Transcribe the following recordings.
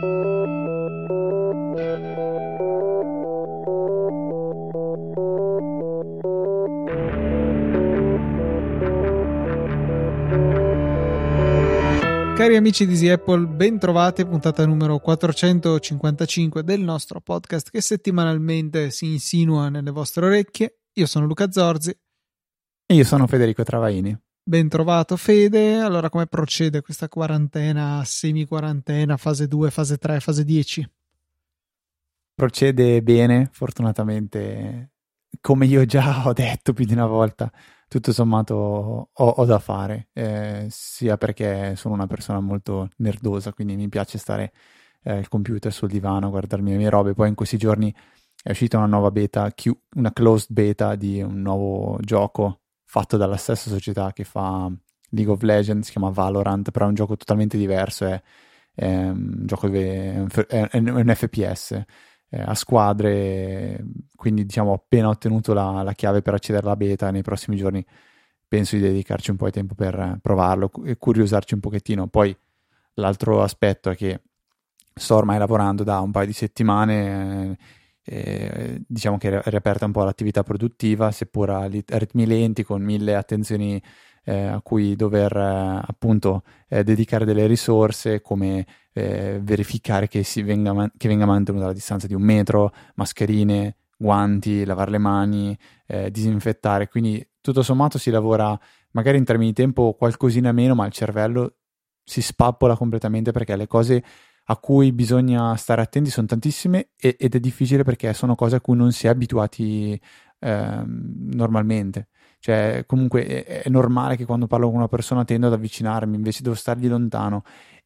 Cari amici di Easy Apple, ben trovati, puntata numero 455 del nostro podcast che settimanalmente si insinua nelle vostre orecchie. Io sono Luca Zorzi. E io sono Federico Travaini. Ben trovato Fede. Allora, come procede questa quarantena, semi-quarantena, fase 2, fase 3, fase 10? Procede bene, fortunatamente, come io già ho detto più di una volta. Tutto sommato ho da fare, sia perché sono una persona molto nerdosa, quindi mi piace stare al computer sul divano, guardarmi le mie robe. Poi in questi giorni è uscita una nuova beta, una closed beta di un nuovo gioco fatto dalla stessa società che fa League of Legends, si chiama Valorant, però è un gioco totalmente diverso, è un gioco dove è un FPS. A squadre, quindi diciamo ho appena ottenuto la chiave per accedere alla beta. Nei prossimi giorni penso di dedicarci un po' di tempo per provarlo e curiosarci un pochettino. Poi l'altro aspetto è che sto ormai lavorando da un paio di settimane, diciamo che è riaperta un po' l'attività produttiva, seppur a ritmi lenti, con 1000 attenzioni a cui dover appunto dedicare delle risorse, come verificare che venga mantenuta la distanza di 1 metro, mascherine, guanti, lavare le mani, disinfettare. Quindi tutto sommato si lavora magari in termini di tempo qualcosina meno, ma il cervello si spappola completamente, perché le cose a cui bisogna stare attenti sono tantissime ed è difficile perché sono cose a cui non si è abituati normalmente. Cioè, comunque è normale che quando parlo con una persona tendo ad avvicinarmi, invece devo stargli lontano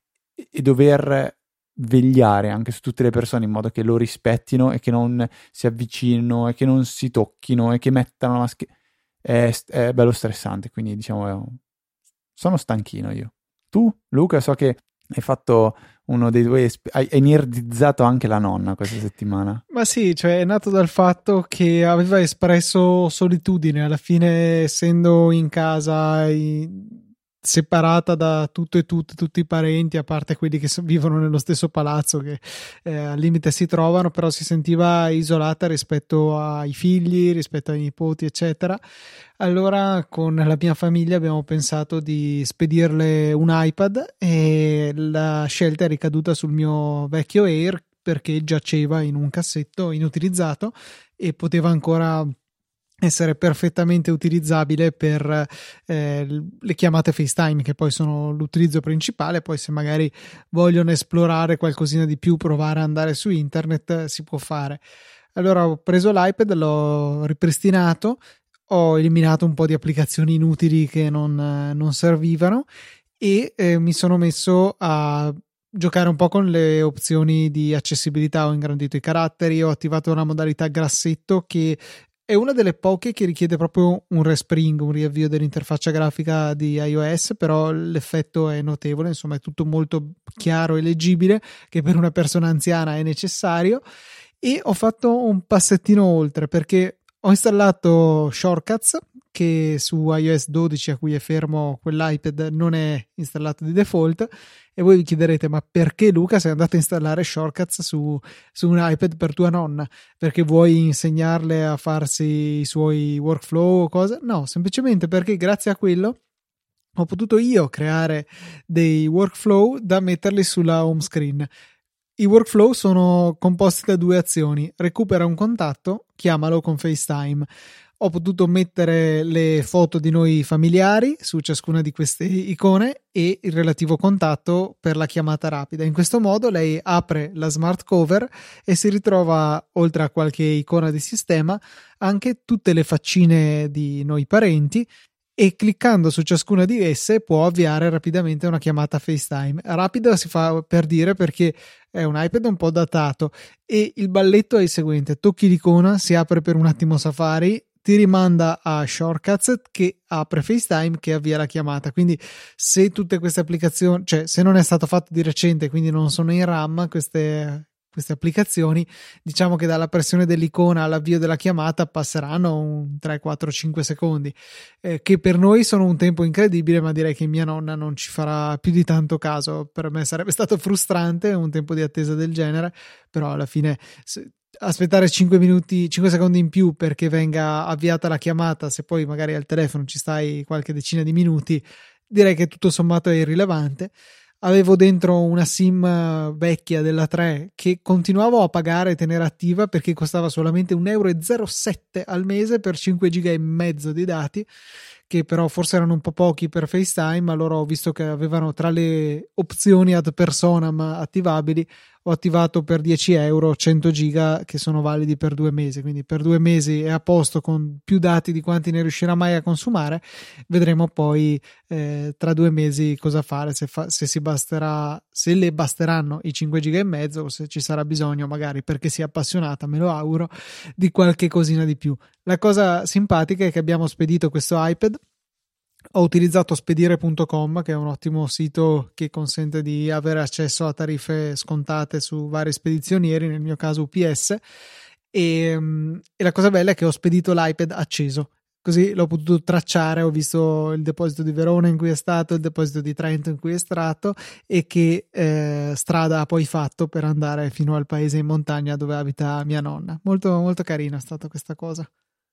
e dover vegliare anche su tutte le persone in modo che lo rispettino e che non si avvicinino e che non si tocchino e che mettano la maschera. È bello stressante, quindi diciamo sono stanchino io. Tu, Luca, so che hai fatto uno dei due, hai nerdizzato anche la nonna questa settimana. Ma sì, cioè è nato dal fatto che aveva espresso solitudine, alla fine essendo in casa separata da tutto e tutti i parenti, a parte quelli che vivono nello stesso palazzo, che al limite si trovano, però si sentiva isolata rispetto ai figli, rispetto ai nipoti, eccetera. Allora con la mia famiglia abbiamo pensato di spedirle un iPad e la scelta è ricaduta sul mio vecchio Air, perché giaceva in un cassetto inutilizzato e poteva ancora essere perfettamente utilizzabile per le chiamate FaceTime, che poi sono l'utilizzo principale. Poi se magari vogliono esplorare qualcosina di più, provare ad andare su internet, si può fare. Allora ho preso l'iPad, l'ho ripristinato, ho eliminato un po' di applicazioni inutili che non servivano e mi sono messo a giocare un po' con le opzioni di accessibilità. Ho ingrandito i caratteri, ho attivato una modalità grassetto, che è una delle poche che richiede proprio un respring, un riavvio dell'interfaccia grafica di iOS, però l'effetto è notevole, insomma è tutto molto chiaro e leggibile, che per una persona anziana è necessario. E ho fatto un passettino oltre, perché ho installato Shortcuts, che su iOS 12, a cui è fermo quell'iPad, non è installato di default. E voi vi chiederete: ma perché, Luca, sei andato a installare Shortcuts su un iPad per tua nonna? Perché vuoi insegnarle a farsi i suoi workflow o cosa? No, semplicemente perché grazie a quello ho potuto io creare dei workflow da metterli sulla home screen. I workflow sono composti da 2 azioni: recupera un contatto, chiamalo con FaceTime. Ho potuto mettere le foto di noi familiari su ciascuna di queste icone e il relativo contatto per la chiamata rapida. In questo modo lei apre la smart cover e si ritrova, oltre a qualche icona di sistema, anche tutte le faccine di noi parenti, e cliccando su ciascuna di esse può avviare rapidamente una chiamata FaceTime. Rapida si fa per dire, perché è un iPad un po' datato, e il balletto è il seguente: tocchi l'icona, si apre per un attimo Safari, ti rimanda a Shortcuts che apre FaceTime, che avvia la chiamata. Quindi se tutte queste applicazioni, cioè se non è stato fatto di recente, quindi non sono in RAM, queste queste applicazioni, diciamo che dalla pressione dell'icona all'avvio della chiamata passeranno un 3, 4, 5 secondi, che per noi sono un tempo incredibile, ma direi che mia nonna non ci farà più di tanto caso. Per me sarebbe stato frustrante un tempo di attesa del genere, però alla fine aspettare 5 minuti, 5 secondi in più perché venga avviata la chiamata, se poi magari al telefono ci stai qualche decina di minuti, direi che tutto sommato è irrilevante. Avevo dentro una SIM vecchia della 3 che continuavo a pagare e tenere attiva perché costava solamente 1,07 € al mese per 5 giga e mezzo di dati, che però forse erano un po' pochi per FaceTime, ma loro ho visto che avevano tra le opzioni ad personam attivabili, ho attivato per 10 euro 100 giga che sono validi per 2 mesi, quindi per 2 mesi è a posto con più dati di quanti ne riuscirà mai a consumare. Vedremo poi tra 2 mesi cosa fare, se si basterà, se le basteranno i 5 giga e mezzo o se ci sarà bisogno, magari perché sia appassionata, me lo auguro, di qualche cosina di più. La cosa simpatica è che abbiamo spedito questo iPad. Ho utilizzato spedire.com, che è un ottimo sito che consente di avere accesso a tariffe scontate su vari spedizionieri, nel mio caso UPS, e la cosa bella è che ho spedito l'iPad acceso, così l'ho potuto tracciare, ho visto il deposito di Verona in cui è stato, il deposito di Trento in cui è stato e che strada ha poi fatto per andare fino al paese in montagna dove abita mia nonna. Molto, molto carina è stata questa cosa.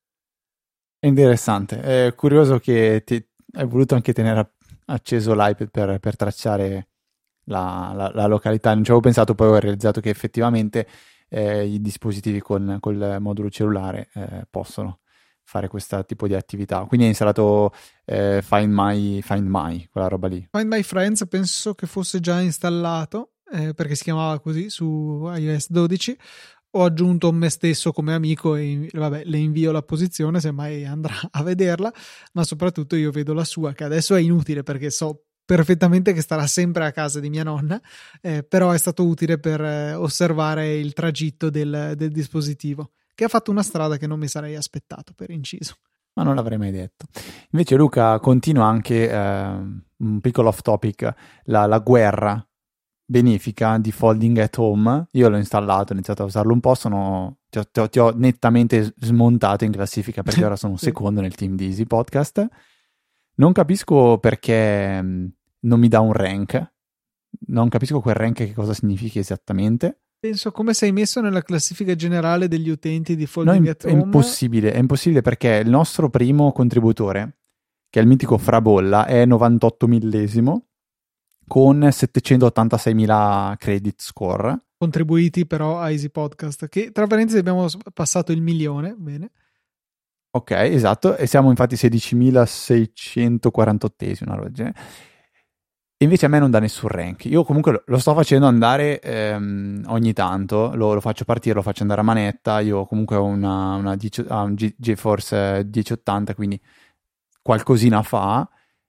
È interessante, è curioso che hai voluto anche tenere acceso l'iPad per tracciare la località. Non ci avevo pensato, poi ho realizzato che effettivamente i dispositivi col modulo cellulare possono fare questo tipo di attività. Quindi hai installato Find My, quella roba lì. Find My Friends penso che fosse già installato, perché si chiamava così su iOS 12. Ho aggiunto me stesso come amico e vabbè, le invio la posizione se mai andrà a vederla, ma soprattutto io vedo la sua, che adesso è inutile perché so perfettamente che starà sempre a casa di mia nonna, però è stato utile per osservare il tragitto del dispositivo, che ha fatto una strada che non mi sarei aspettato, per inciso. Ma non l'avrei mai detto. Invece Luca continua anche un piccolo off topic, la guerra benefica di Folding at Home. Io l'ho installato, ho iniziato a usarlo un po', ti ho nettamente smontato in classifica perché ora sono Sì. secondo nel team di Easy Podcast. Non capisco perché non mi dà un rank, non capisco quel rank che cosa significhi esattamente. Penso come sei messo nella classifica generale degli utenti di Folding at È Home. impossibile perché il nostro primo contributore, che è il mitico Frabolla, è 98 millesimo con 786.000 credit score. Contribuiti però a Easy Podcast, che tra parentesi abbiamo passato il 1.000.000, bene. Ok, esatto, e siamo infatti 16.648esimi, una roba del genere. E invece a me non dà nessun rank. Io comunque lo sto facendo andare ogni tanto, lo faccio partire, lo faccio andare a manetta. Io comunque ho un GeForce 1080, quindi qualcosina fa,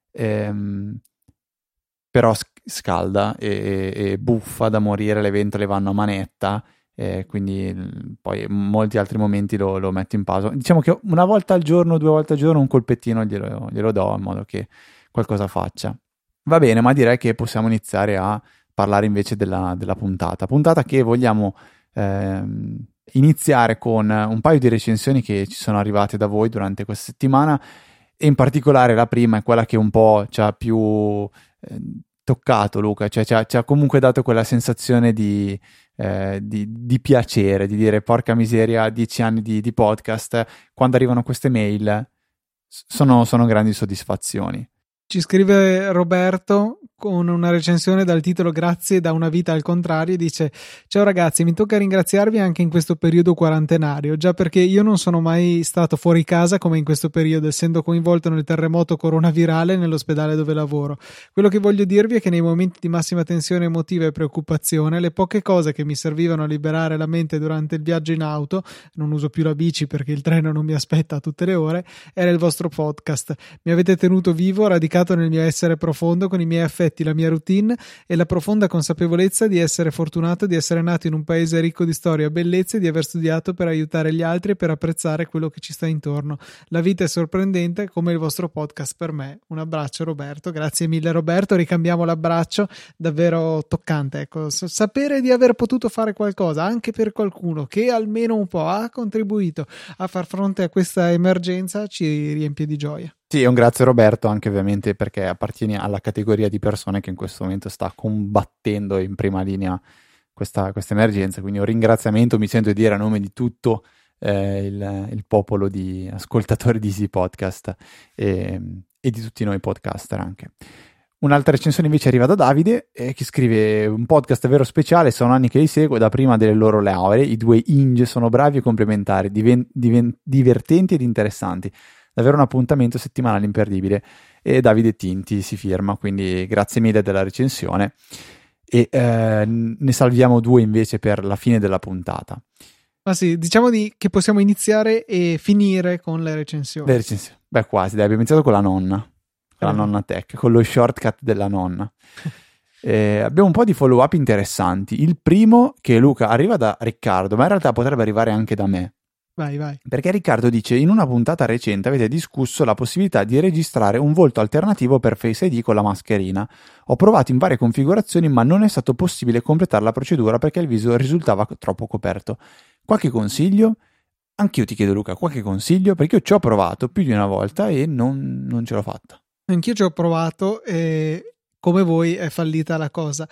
però scalda e buffa da morire, le ventole vanno a manetta. Quindi poi in molti altri momenti lo metto in pausa. Diciamo che una volta al giorno, 2 volte al giorno un colpettino glielo do in modo che qualcosa faccia. Va bene, ma direi che possiamo iniziare a parlare invece della puntata che vogliamo iniziare con un paio di recensioni che ci sono arrivate da voi durante questa settimana, e in particolare la prima è quella che un po' ci ha più toccato, Luca, cioè ci ha comunque dato quella sensazione di piacere, di dire porca miseria, 10 anni di podcast, quando arrivano queste mail sono grandi soddisfazioni. Ci scrive Roberto con una recensione dal titolo Grazie da una vita al contrario e dice: ciao ragazzi, mi tocca ringraziarvi anche in questo periodo quarantenario, già perché io non sono mai stato fuori casa come in questo periodo, essendo coinvolto nel terremoto coronavirale nell'ospedale dove lavoro. Quello che voglio dirvi è che nei momenti di massima tensione emotiva e preoccupazione, le poche cose che mi servivano a liberare la mente durante il viaggio in auto, non uso più la bici perché il treno non mi aspetta a tutte le ore, era il vostro podcast. Mi avete tenuto vivo, radicato nel mio essere profondo con i miei affetti difetti, la mia routine e la profonda consapevolezza di essere fortunato di essere nato in un paese ricco di storia, bellezze e di aver studiato per aiutare gli altri e per apprezzare quello che ci sta intorno. La vita è sorprendente come il vostro podcast per me. Un abbraccio Roberto, grazie mille Roberto, ricambiamo l'abbraccio, davvero toccante, ecco, sapere di aver potuto fare qualcosa anche per qualcuno che almeno un po' ha contribuito a far fronte a questa emergenza ci riempie di gioia. Sì, un grazie Roberto, anche ovviamente perché appartieni alla categoria di persone che in questo momento sta combattendo in prima linea questa emergenza, quindi un ringraziamento mi sento di dire a nome di tutto il popolo di ascoltatori di Easy Podcast e di tutti noi podcaster anche. Un'altra recensione invece arriva da Davide che scrive: un podcast vero speciale, sono anni che li seguo da prima delle loro lauree, i due Inge sono bravi e complementari, divertenti ed interessanti, davvero un appuntamento settimanale imperdibile. E Davide Tinti si firma, quindi grazie mille della recensione e ne salviamo due invece per la fine della puntata. Ma sì, diciamo che possiamo iniziare e finire con le recensioni. Beh, quasi, dai, abbiamo iniziato con la nonna. La nonna tech, con lo shortcut della nonna. Abbiamo un po' di follow up interessanti. Il primo, che Luca arriva da Riccardo, ma in realtà potrebbe arrivare anche da me. Vai. Perché Riccardo dice: in una puntata recente avete discusso la possibilità di registrare un volto alternativo per Face ID con la mascherina. Ho provato in varie configurazioni, ma non è stato possibile completare la procedura perché il viso risultava troppo coperto. Qualche consiglio? Anch'io ti chiedo, Luca, qualche consiglio? Perché io ci ho provato più di una volta e non ce l'ho fatta. Anch'io ci ho provato e come voi è fallita la cosa.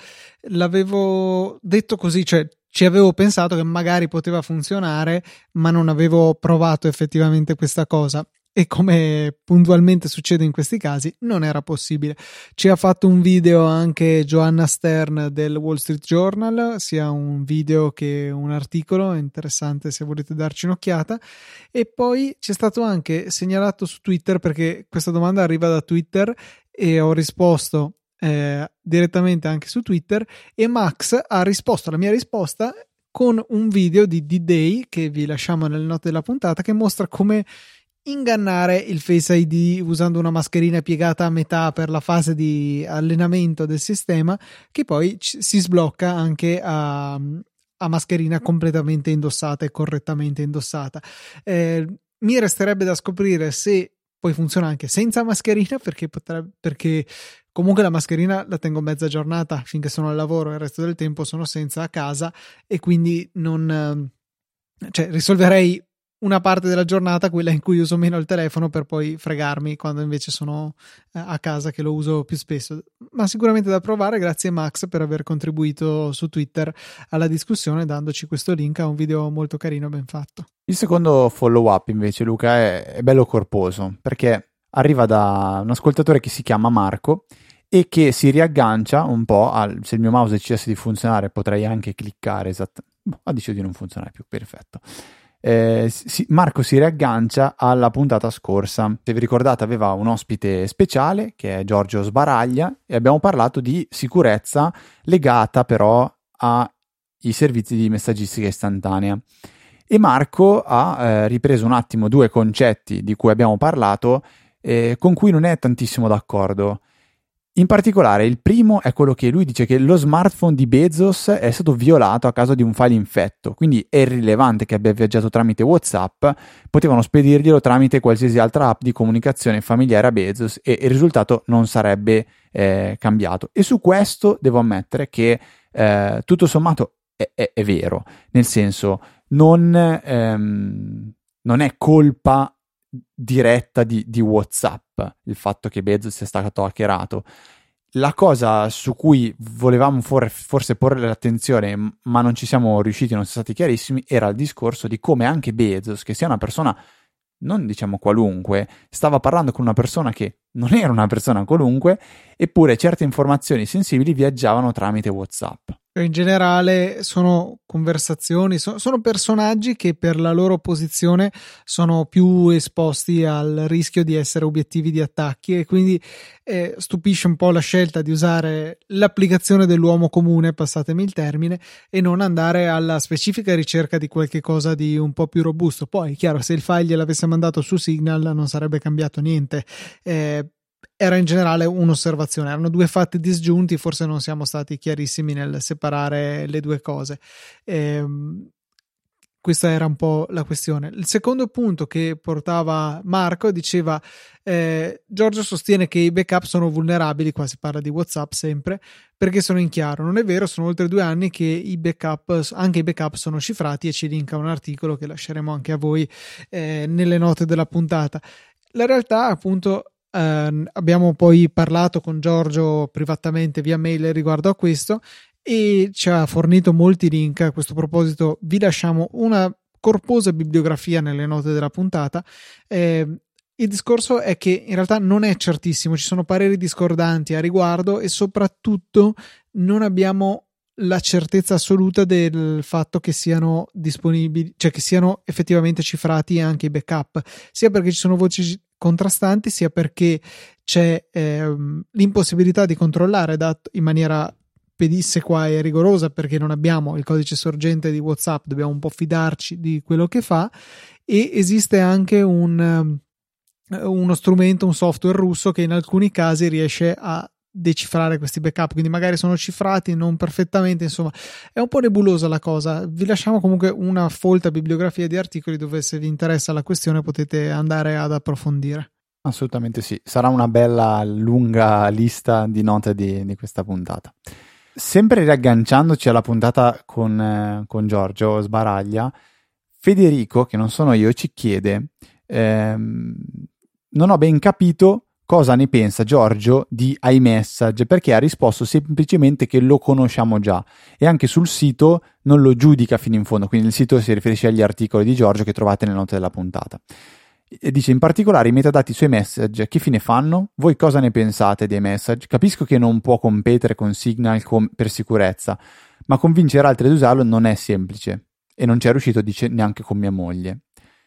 L'avevo detto così, cioè ci avevo pensato che magari poteva funzionare, ma non avevo provato effettivamente questa cosa. E come puntualmente succede in questi casi, non era possibile. Ci ha fatto un video anche Joanna Stern del Wall Street Journal, sia un video che un articolo, è interessante se volete darci un'occhiata. E poi c'è stato anche segnalato su Twitter, perché questa domanda arriva da Twitter e ho risposto direttamente anche su Twitter, e Max ha risposto alla mia risposta con un video di D-Day che vi lasciamo nelle note della puntata, che mostra come ingannare il Face ID usando una mascherina piegata a metà per la fase di allenamento del sistema, che poi si sblocca anche a mascherina completamente indossata e correttamente indossata. Mi resterebbe da scoprire se poi funziona anche senza mascherina, perché comunque la mascherina la tengo mezza giornata finché sono al lavoro, e il resto del tempo sono senza a casa, e quindi risolverei una parte della giornata, quella in cui uso meno il telefono, per poi fregarmi quando invece sono a casa che lo uso più spesso. Ma sicuramente da provare. Grazie Max per aver contribuito su Twitter alla discussione dandoci questo link a un video molto carino, ben fatto. Il secondo follow up invece, Luca, è bello corposo perché arriva da un ascoltatore che si chiama Marco e che si riaggancia un po' se il mio mouse decidesse di funzionare potrei anche cliccare ha deciso di non funzionare più, perfetto. Marco si riaggancia alla puntata scorsa. Se vi ricordate, aveva un ospite speciale che è Giorgio Sbaraglia e abbiamo parlato di sicurezza legata però ai servizi di messaggistica istantanea. E Marco ha ripreso un attimo due concetti di cui abbiamo parlato con cui non è tantissimo d'accordo. In particolare il primo è quello che lui dice che lo smartphone di Bezos è stato violato a causa di un file infetto, quindi è irrilevante che abbia viaggiato tramite WhatsApp, potevano spedirglielo tramite qualsiasi altra app di comunicazione familiare a Bezos e il risultato non sarebbe cambiato. E su questo devo ammettere che tutto sommato è vero, nel senso non è colpa diretta di WhatsApp il fatto che Bezos sia stato hackerato. La cosa su cui volevamo forse porre l'attenzione, ma non ci siamo riusciti, non siamo stati chiarissimi, era il discorso di come anche Bezos, che sia una persona non diciamo qualunque, stava parlando con una persona che non era una persona qualunque, eppure certe informazioni sensibili viaggiavano tramite WhatsApp. In generale sono conversazioni, sono personaggi che per la loro posizione sono più esposti al rischio di essere obiettivi di attacchi, e quindi stupisce un po' la scelta di usare l'applicazione dell'uomo comune, passatemi il termine, e non andare alla specifica ricerca di qualche cosa di un po' più robusto. Poi è chiaro, se il file gliel'avesse mandato su Signal non sarebbe cambiato niente, era in generale un'osservazione, erano due fatti disgiunti, forse non siamo stati chiarissimi nel separare le due cose. Questa era un po' la questione. Il secondo punto che portava Marco diceva Giorgio sostiene che i backup sono vulnerabili, qua si parla di WhatsApp sempre, perché sono in chiaro. Non è vero, sono oltre 2 anni che anche i backup sono cifrati, e ci linka un articolo che lasceremo anche a voi nelle note della puntata. La realtà, appunto, abbiamo poi parlato con Giorgio privatamente via mail riguardo a questo, e ci ha fornito molti link. A questo proposito vi lasciamo una corposa bibliografia nelle note della puntata. Il discorso è che in realtà non è certissimo, ci sono pareri discordanti a riguardo, e soprattutto non abbiamo la certezza assoluta del fatto che siano disponibili, cioè che siano effettivamente cifrati anche i backup, sia perché ci sono voci contrastanti, sia perché c'è l'impossibilità di controllare in maniera pedissequa e rigorosa, perché non abbiamo il codice sorgente di WhatsApp, dobbiamo un po' fidarci di quello che fa, e esiste anche uno strumento, un software russo che in alcuni casi riesce a decifrare questi backup, quindi magari sono cifrati non perfettamente, insomma è un po' nebulosa la cosa. Vi lasciamo comunque una folta bibliografia di articoli dove, se vi interessa la questione, potete andare ad approfondire. Assolutamente sì, sarà una bella lunga lista di note di questa puntata. Sempre riagganciandoci alla puntata con Giorgio Sbaraglia, Federico, che non sono io, ci chiede non ho ben capito cosa ne pensa Giorgio di iMessage, perché ha risposto semplicemente che lo conosciamo già, e anche sul sito non lo giudica fino in fondo, quindi il sito si riferisce agli articoli di Giorgio che trovate nelle note della puntata. E dice: in particolare i metadati sui message che fine fanno? Voi cosa ne pensate dei message? Capisco che non può competere con Signal per sicurezza, ma convincere altri ad usarlo non è semplice, e non ci è riuscito, dice, neanche con mia moglie.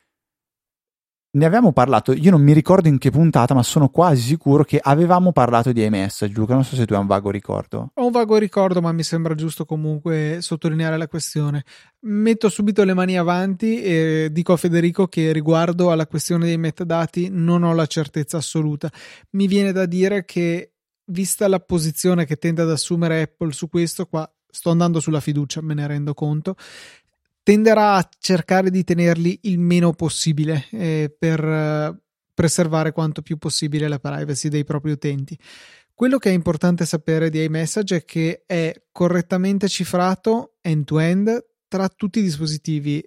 Ne avevamo parlato, io non mi ricordo in che puntata, ma sono quasi sicuro che avevamo parlato di iMessage. Luca, non so se tu hai un vago ricordo. Ho un vago ricordo, ma mi sembra giusto comunque sottolineare la questione. Metto subito le mani avanti e dico a Federico che riguardo alla questione dei metadati non ho la certezza assoluta. Mi viene da dire che, vista la posizione che tende ad assumere Apple su questo, qua sto andando sulla fiducia, me ne rendo conto, tenderà a cercare di tenerli il meno possibile per preservare quanto più possibile la privacy dei propri utenti. Quello che è importante sapere di iMessage è che è correttamente cifrato end-to-end tra tutti i dispositivi,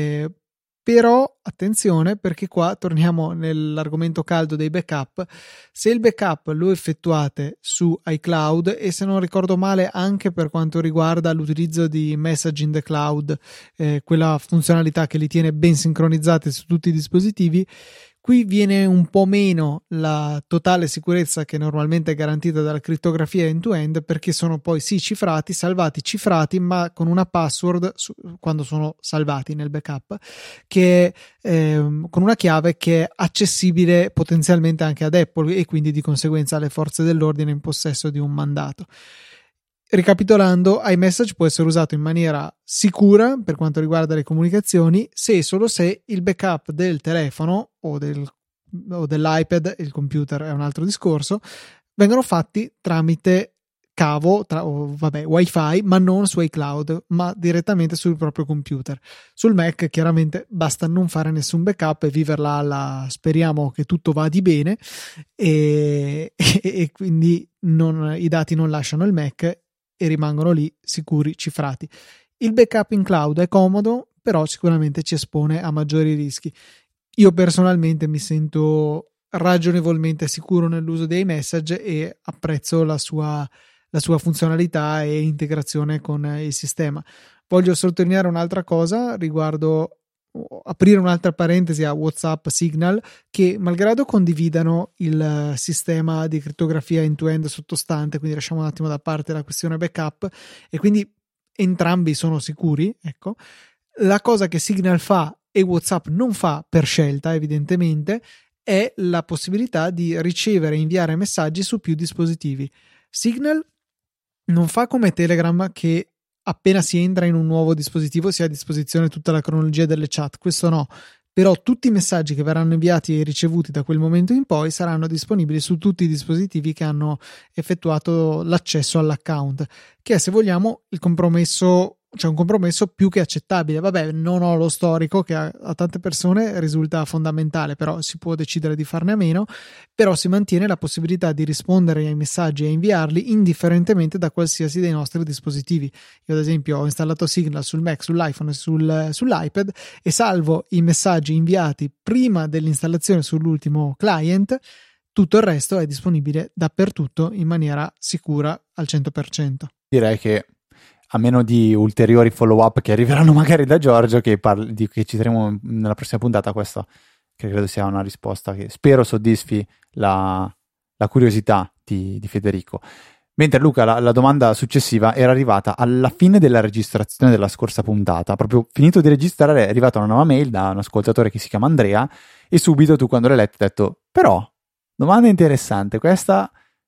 però attenzione, perché qua torniamo nell'argomento caldo dei backup. Se il backup lo effettuate su iCloud, e se non ricordo male anche per quanto riguarda l'utilizzo di Message in the Cloud, quella funzionalità che li tiene ben sincronizzati su tutti i dispositivi, qui viene un po' meno la totale sicurezza che normalmente è garantita dalla crittografia end-to-end, perché sono poi sì cifrati, salvati cifrati, ma con una password quando sono salvati nel backup, che con una chiave che è accessibile potenzialmente anche ad Apple, e quindi di conseguenza alle forze dell'ordine in possesso di un mandato. Ricapitolando, iMessage può essere usato in maniera sicura per quanto riguarda le comunicazioni se e solo se il backup del telefono o dell'iPad, il computer è un altro discorso, vengono fatti tramite cavo wifi, ma non su iCloud, ma direttamente sul proprio computer. Sul Mac chiaramente basta non fare nessun backup e viverla speriamo che tutto vada bene, e quindi i dati non lasciano il Mac e rimangono lì sicuri, cifrati. Il backup in cloud è comodo, però sicuramente ci espone a maggiori rischi. Io personalmente mi sento ragionevolmente sicuro nell'uso dei message e apprezzo la sua funzionalità e integrazione con il sistema. Voglio sottolineare un'altra cosa riguardo, aprire un'altra parentesi a WhatsApp Signal, che malgrado condividano il sistema di crittografia end-to-end sottostante, quindi lasciamo un attimo da parte la questione backup, e quindi entrambi sono sicuri, ecco, la cosa che Signal fa e WhatsApp non fa per scelta evidentemente è la possibilità di ricevere e inviare messaggi su più dispositivi. Signal non fa come Telegram, che appena si entra in un nuovo dispositivo si ha a disposizione tutta la cronologia delle chat. Questo no, però tutti i messaggi che verranno inviati e ricevuti da quel momento in poi saranno disponibili su tutti i dispositivi che hanno effettuato l'accesso all'account, che è, se vogliamo, il compromesso, cioè un compromesso più che accettabile. Vabbè, non ho lo storico, che a tante persone risulta fondamentale, però si può decidere di farne a meno, però si mantiene la possibilità di rispondere ai messaggi e inviarli indifferentemente da qualsiasi dei nostri dispositivi. Io ad esempio ho installato Signal sul Mac, sull'iPhone e sull'iPad, e salvo i messaggi inviati prima dell'installazione sull'ultimo client, tutto il resto è disponibile dappertutto in maniera sicura al 100%. Direi che, a meno di ulteriori follow up che arriveranno magari da Giorgio, che ci terremo nella prossima puntata, questa che credo sia una risposta che spero soddisfi la curiosità di Federico. Mentre Luca, la domanda successiva era arrivata alla fine della registrazione della scorsa puntata. Proprio finito di registrare è arrivata una nuova mail da un ascoltatore che si chiama Andrea, e subito tu, quando l'hai letta, hai detto: però, domanda interessante, questa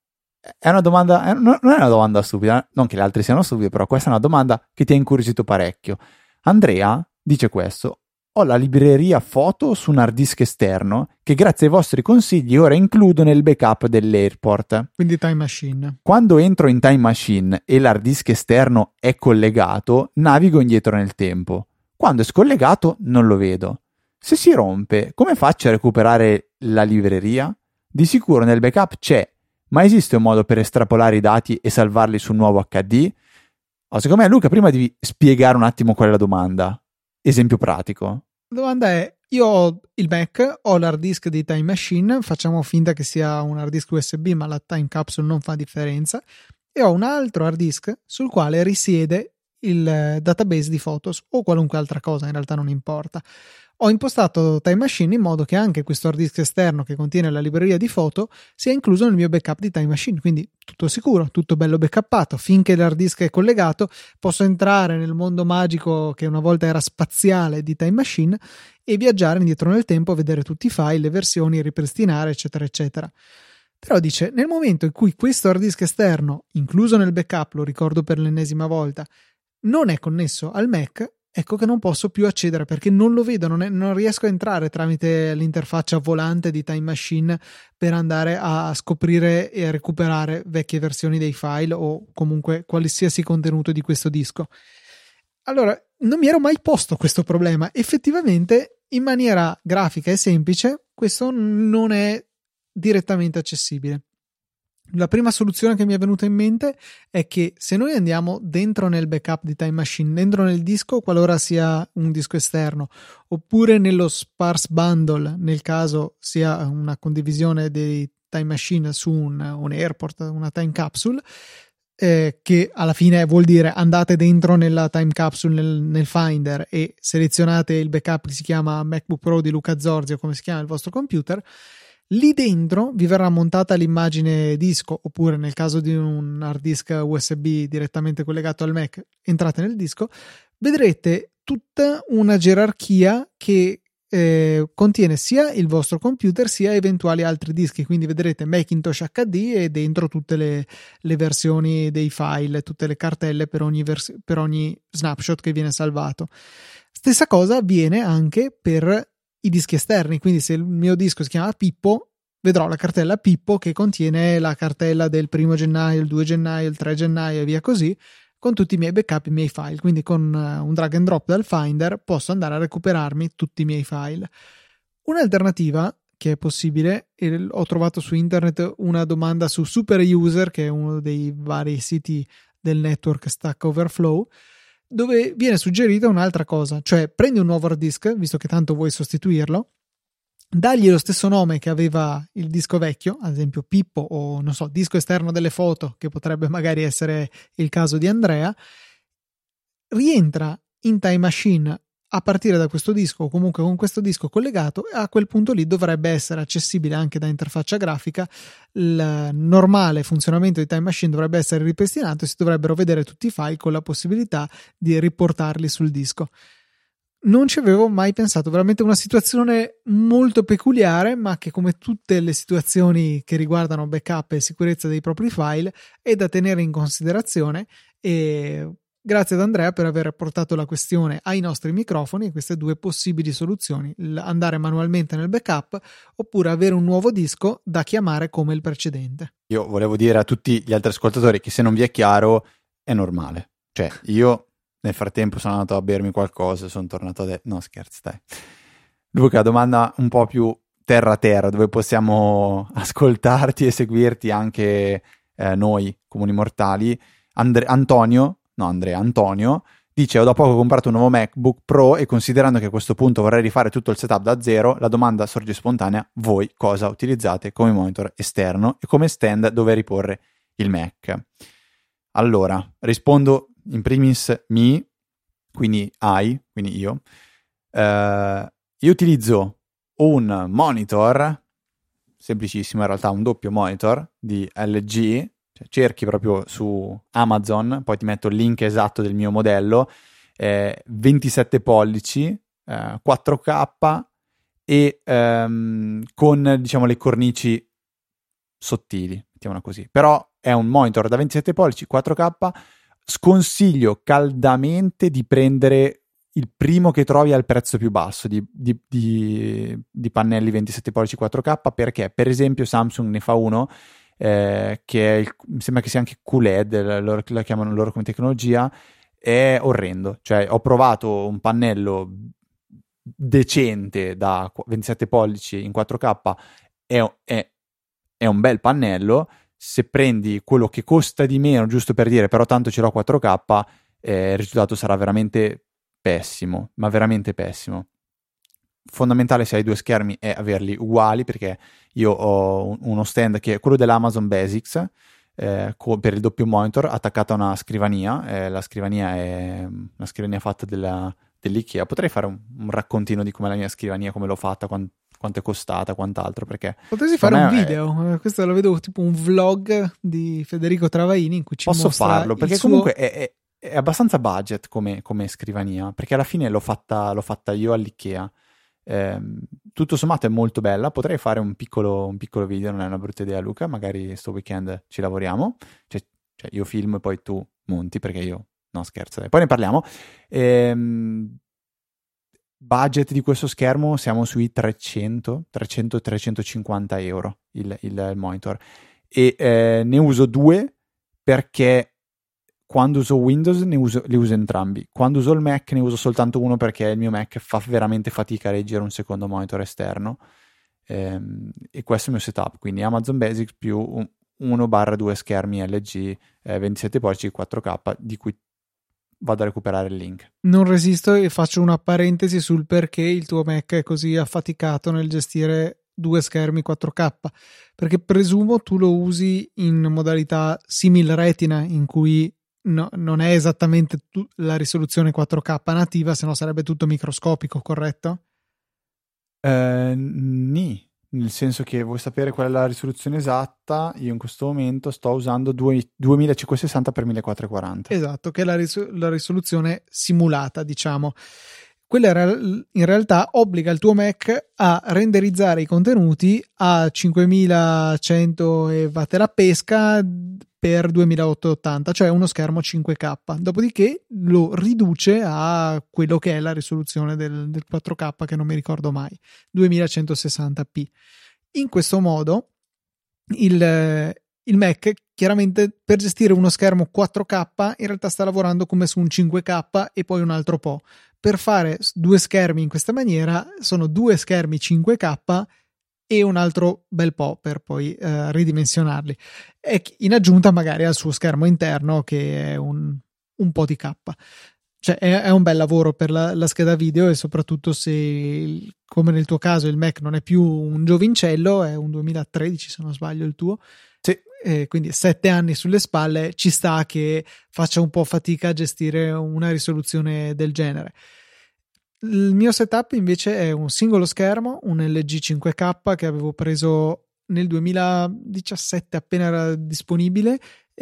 è una domanda, non è una domanda stupida, non che le altre siano stupide, però questa è una domanda che ti ha incuriosito parecchio. Andrea dice questo: ho la libreria foto su un hard disk esterno che grazie ai vostri consigli ora includo nel backup dell'airport. Quindi Time Machine. Quando entro in Time Machine e l'hard disk esterno è collegato, navigo indietro nel tempo. Quando è scollegato non lo vedo. Se si rompe, come faccio a recuperare la libreria? Di sicuro nel backup c'è, ma esiste un modo per estrapolare i dati e salvarli sul nuovo HD? Secondo me, Luca, prima devi spiegare un attimo qual è la domanda. Esempio pratico. La domanda è: io ho il Mac, ho l'hard disk di Time Machine, facciamo finta che sia un hard disk USB, ma la time capsule non fa differenza, e ho un altro hard disk sul quale risiede il database di Photos o qualunque altra cosa, in realtà non importa. Ho impostato Time Machine in modo che anche questo hard disk esterno che contiene la libreria di foto sia incluso nel mio backup di Time Machine, quindi tutto sicuro, tutto bello backuppato. Finché l'hard disk è collegato, posso entrare nel mondo magico che una volta era spaziale di Time Machine e viaggiare indietro nel tempo, vedere tutti i file, le versioni, ripristinare, eccetera eccetera. Però dice: nel momento in cui questo hard disk esterno, incluso nel backup, lo ricordo per l'ennesima volta, non è connesso al Mac, ecco che non posso più accedere, perché non lo vedo, non riesco a entrare tramite l'interfaccia volante di Time Machine per andare a scoprire e a recuperare vecchie versioni dei file o comunque qualsiasi contenuto di questo disco. Allora, non mi ero mai posto questo problema. Effettivamente, in maniera grafica e semplice, questo non è direttamente accessibile. La prima soluzione che mi è venuta in mente è che se noi andiamo dentro nel backup di Time Machine, dentro nel disco, qualora sia un disco esterno, oppure nello sparse bundle, nel caso sia una condivisione di Time Machine su un airport, una time capsule, che alla fine vuol dire andate dentro nella time capsule nel Finder e selezionate il backup che si chiama MacBook Pro di Luca Zorzi o come si chiama il vostro computer. Lì dentro vi verrà montata l'immagine disco, oppure nel caso di un hard disk USB direttamente collegato al Mac, entrate nel disco, vedrete tutta una gerarchia che contiene sia il vostro computer sia eventuali altri dischi, quindi vedrete Macintosh HD e dentro tutte le versioni dei file, tutte le cartelle per ogni snapshot che viene salvato. Stessa cosa avviene anche per i dischi esterni, quindi se il mio disco si chiama Pippo, vedrò la cartella Pippo che contiene la cartella del 1 gennaio, il 2 gennaio, il 3 gennaio e via così, con tutti i miei backup, i miei file. Quindi con un drag and drop dal Finder posso andare a recuperarmi tutti i miei file. Un'alternativa che è possibile, e ho trovato su internet una domanda su Super User, che è uno dei vari siti del network Stack Overflow, dove viene suggerita un'altra cosa, cioè prendi un nuovo hard disk, visto che tanto vuoi sostituirlo, dagli lo stesso nome che aveva il disco vecchio, ad esempio Pippo o non so, disco esterno delle foto, che potrebbe magari essere il caso di Andrea, rientra in Time Machine a partire da questo disco o comunque con questo disco collegato, e a quel punto lì dovrebbe essere accessibile anche da interfaccia grafica. Il normale funzionamento di Time Machine dovrebbe essere ripristinato e si dovrebbero vedere tutti i file con la possibilità di riportarli sul disco. Non ci avevo mai pensato, veramente una situazione molto peculiare, ma che, come tutte le situazioni che riguardano backup e sicurezza dei propri file, è da tenere in considerazione, e Grazie ad Andrea per aver portato la questione ai nostri microfoni e queste due possibili soluzioni: andare manualmente nel backup oppure avere un nuovo disco da chiamare come il precedente. Io volevo dire a tutti gli altri ascoltatori che se non vi è chiaro è normale. Cioè, io nel frattempo sono andato a bermi qualcosa, sono tornato a... No, scherzi, dai. Luca, domanda un po' più terra-terra, dove possiamo ascoltarti e seguirti anche noi, comuni mortali. Antonio dice: ho da poco comprato un nuovo MacBook Pro e considerando che a questo punto vorrei rifare tutto il setup da zero, la domanda sorge spontanea: voi cosa utilizzate come monitor esterno e come stand dove riporre il Mac? Allora, rispondo in primis quindi io. Io utilizzo un monitor semplicissimo, in realtà un doppio monitor di LG. Cioè, cerchi proprio su Amazon, poi ti metto il link esatto del mio modello, 27 pollici, 4K e con, diciamo, le cornici sottili, mettiamola così. Però è un monitor da 27 pollici, 4K. Sconsiglio caldamente di prendere il primo che trovi al prezzo più basso di pannelli 27 pollici 4K, perché per esempio Samsung ne fa uno che è mi sembra che sia anche QLED, la chiamano loro come tecnologia, è orrendo. Cioè, ho provato un pannello decente da 27 pollici in 4K, è un bel pannello. Se prendi quello che costa di meno, giusto per dire, però tanto ce l'ho 4K, il risultato sarà veramente pessimo, ma veramente pessimo. Fondamentale se hai due schermi è averli uguali, perché io ho uno stand che è quello dell'Amazon Basics per il doppio monitor attaccato a una scrivania. La scrivania è una scrivania fatta dell'Ikea. Potrei fare un raccontino di come la mia scrivania, come l'ho fatta, quanto è costata, quant'altro, perché potresti fare un video, questo lo vedo tipo un vlog di Federico Travaini in cui ci posso mostra farlo, perché suo... comunque è abbastanza budget come scrivania, perché alla fine l'ho fatta io all'Ikea. Tutto sommato è molto bella. Potrei fare un piccolo video, non è una brutta idea, Luca, magari sto weekend ci lavoriamo, cioè io filmo e poi tu monti, perché io no, scherzo, dai. Poi ne parliamo. Budget di questo schermo siamo sui 300-350 euro il monitor, e ne uso due perché quando uso Windows li uso entrambi. Quando uso il Mac ne uso soltanto uno, perché il mio Mac fa veramente fatica a reggere un secondo monitor esterno, e questo è il mio setup, quindi Amazon Basics più 1/2 schermi LG 27 pollici 4K, di cui vado a recuperare il link. Non resisto e faccio una parentesi sul perché il tuo Mac è così affaticato nel gestire due schermi 4K, perché presumo tu lo usi in modalità simil retina, in cui non è esattamente la risoluzione 4K nativa, se no sarebbe tutto microscopico, corretto? Nel senso che vuoi sapere qual è la risoluzione esatta. Io in questo momento sto usando 2560x1440. Esatto, che è la risoluzione simulata, diciamo. Quella in realtà obbliga il tuo Mac a renderizzare i contenuti a 5100 e vatte la pesca per 2880, cioè uno schermo 5K. Dopodiché lo riduce a quello che è la risoluzione del 4K, che non mi ricordo mai, 2160p. In questo modo il Mac, chiaramente, per gestire uno schermo 4K in realtà sta lavorando come su un 5K e poi un altro po'. Per fare due schermi in questa maniera sono due schermi 5K e un altro bel po' per poi ridimensionarli, e in aggiunta magari al suo schermo interno, che è un po' di K. Cioè è un bel lavoro per la scheda video, e soprattutto se, come nel tuo caso, il Mac non è più un giovincello, è un 2013 se non sbaglio il tuo. Sì. Quindi 7 anni sulle spalle, ci sta che faccia un po' fatica a gestire una risoluzione del genere. Il mio setup invece è un singolo schermo, un LG 5K che avevo preso nel 2017 appena era disponibile,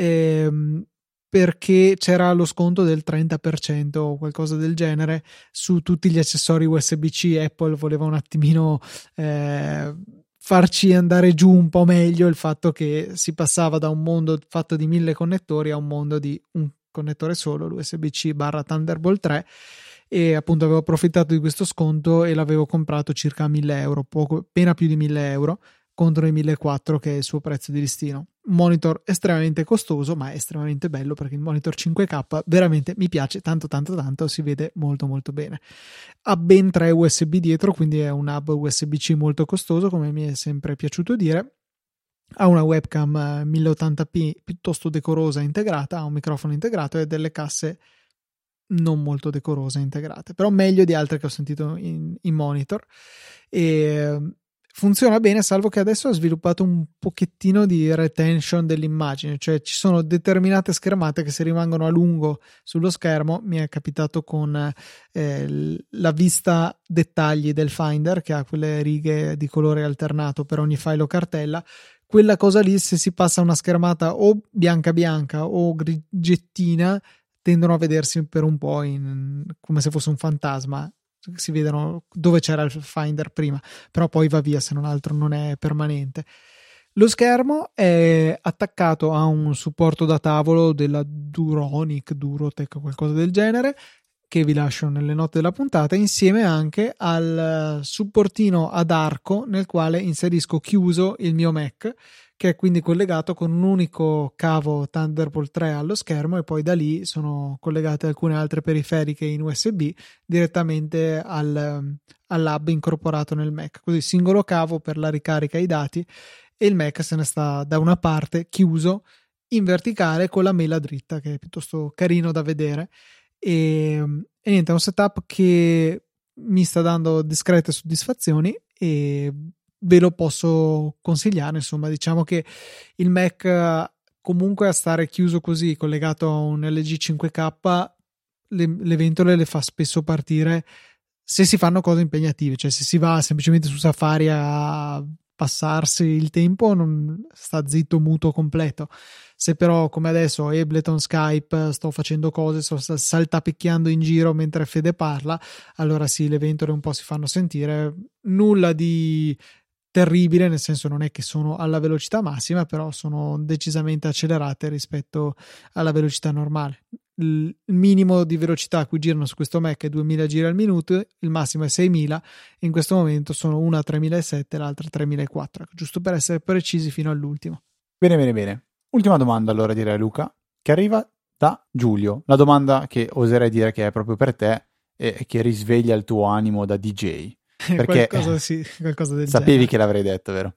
perché c'era lo sconto del 30% o qualcosa del genere su tutti gli accessori USB-C. Apple voleva un attimino farci andare giù un po' meglio il fatto che si passava da un mondo fatto di 1000 connettori a un mondo di un connettore solo, l'USB-C / Thunderbolt 3, e appunto avevo approfittato di questo sconto e l'avevo comprato circa 1.000 euro, appena più di 1.000 euro, contro i 1.400 che è il suo prezzo di listino. Monitor estremamente costoso, ma è estremamente bello, perché il monitor 5K veramente mi piace tanto, si vede molto molto bene. Ha ben 3 USB dietro, quindi è un hub USB-C molto costoso, come mi è sempre piaciuto dire. Ha una webcam 1080p piuttosto decorosa integrata, ha un microfono integrato e delle casse non molto decorose integrate, però meglio di altre che ho sentito in monitor, e funziona bene, salvo che adesso ha sviluppato un pochettino di retention dell'immagine, cioè ci sono determinate schermate che se rimangono a lungo sullo schermo, mi è capitato con la vista dettagli del Finder, che ha quelle righe di colore alternato per ogni file o cartella. Quella cosa lì, se si passa una schermata o bianca o grigettina, tendono a vedersi per un po' come se fosse un fantasma, si vedono dove c'era il Finder prima, però poi va via, se non altro non è permanente. Lo schermo è attaccato a un supporto da tavolo della Durotech o qualcosa del genere, che vi lascio nelle note della puntata, insieme anche al supportino ad arco nel quale inserisco chiuso il mio Mac, che è quindi collegato con un unico cavo Thunderbolt 3 allo schermo, e poi da lì sono collegate alcune altre periferiche in USB direttamente all'hub incorporato nel Mac, così singolo cavo per la ricarica ai dati, e il Mac se ne sta da una parte chiuso in verticale con la mela dritta, che è piuttosto carino da vedere. E niente, è un setup che mi sta dando discrete soddisfazioni e ve lo posso consigliare. Insomma, diciamo che il Mac, comunque, a stare chiuso così collegato a un LG 5K, le ventole le fa spesso partire se si fanno cose impegnative, cioè se si va semplicemente su Safari a passarsi il tempo, non sta zitto muto completo. Se però, come adesso, Ableton, Skype, sto facendo cose, sto saltapicchiando in giro mentre Fede parla, allora sì, le ventole un po' si fanno sentire. Nulla di terribile, nel senso, non è che sono alla velocità massima, però sono decisamente accelerate rispetto alla velocità normale. Il minimo di velocità a cui girano su questo Mac è 2000 giri al minuto, il massimo è 6000, in questo momento sono una a 3007 e l'altra a 3004, giusto per essere precisi fino all'ultimo. Bene. Ultima domanda allora, direi, Luca, che arriva da Giulio. La domanda che oserei dire che è proprio per te e che risveglia il tuo animo da DJ. Perché qualcosa del sapevi genere. che l'avrei detto, vero?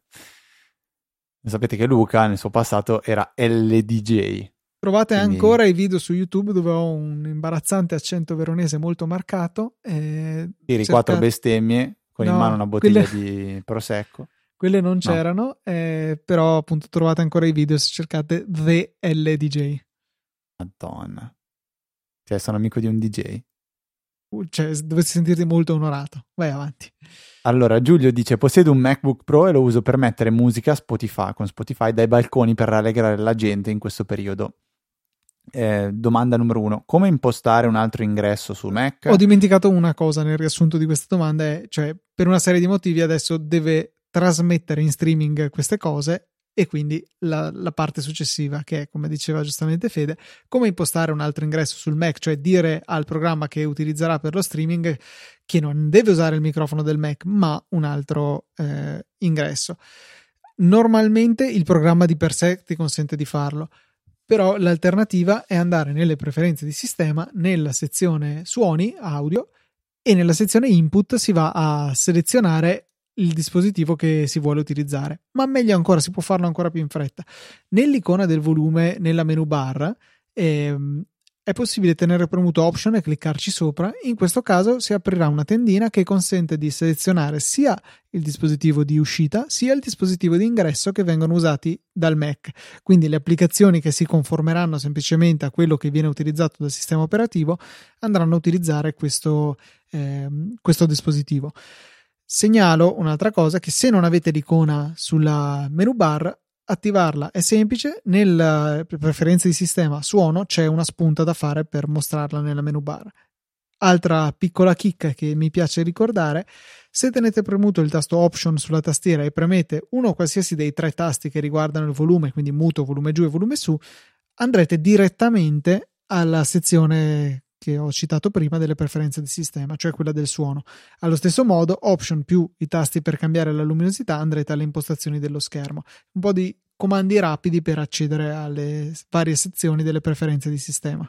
Sapete che Luca nel suo passato era LDJ. Trovate Quindi ancora i video su YouTube dove ho un imbarazzante accento veronese molto marcato. tiri 4 bestemmie con in mano una bottiglia di prosecco. Quelle non c'erano, però appunto trovate ancora i video se cercate The LDJ. Madonna. Cioè, sono amico di un DJ. Cioè, dovete sentirti molto onorato. Vai avanti. Allora, Giulio dice: possiedo un MacBook Pro e lo uso per mettere musica con Spotify dai balconi per rallegrare la gente in questo periodo. Domanda numero 1: come impostare un altro ingresso su Mac? Ho dimenticato una cosa nel riassunto di questa domanda, cioè, per una serie di motivi adesso deve trasmettere in streaming queste cose, e quindi la parte successiva, che è, come diceva giustamente Fede, come impostare un altro ingresso sul Mac, cioè dire al programma che utilizzerà per lo streaming che non deve usare il microfono del Mac ma un altro ingresso. Normalmente il programma di per sé ti consente di farlo, però l'alternativa è andare nelle preferenze di sistema, nella sezione suoni audio, e nella sezione input si va a selezionare il dispositivo che si vuole utilizzare, ma meglio ancora, si può farlo ancora più in fretta. Nell'icona del volume, nella menu bar, è possibile tenere premuto Option e cliccarci sopra. In questo caso si aprirà una tendina che consente di selezionare sia il dispositivo di uscita sia il dispositivo di ingresso che vengono usati dal Mac, quindi le applicazioni che si conformeranno semplicemente a quello che viene utilizzato dal sistema operativo andranno a utilizzare questo dispositivo. Segnalo un'altra cosa, che se non avete l'icona sulla menu bar, attivarla è semplice. Nelle preferenze di sistema suono c'è una spunta da fare per mostrarla nella menu bar. Altra piccola chicca che mi piace ricordare: se tenete premuto il tasto Option sulla tastiera e premete uno qualsiasi dei 3 tasti che riguardano il volume, quindi muto, volume giù e volume su, andrete direttamente alla sezione che ho citato prima delle preferenze di sistema, cioè quella del suono. Allo stesso modo, option più i tasti per cambiare la luminosità, andrete alle impostazioni dello schermo. Un po' di comandi rapidi per accedere alle varie sezioni delle preferenze di sistema.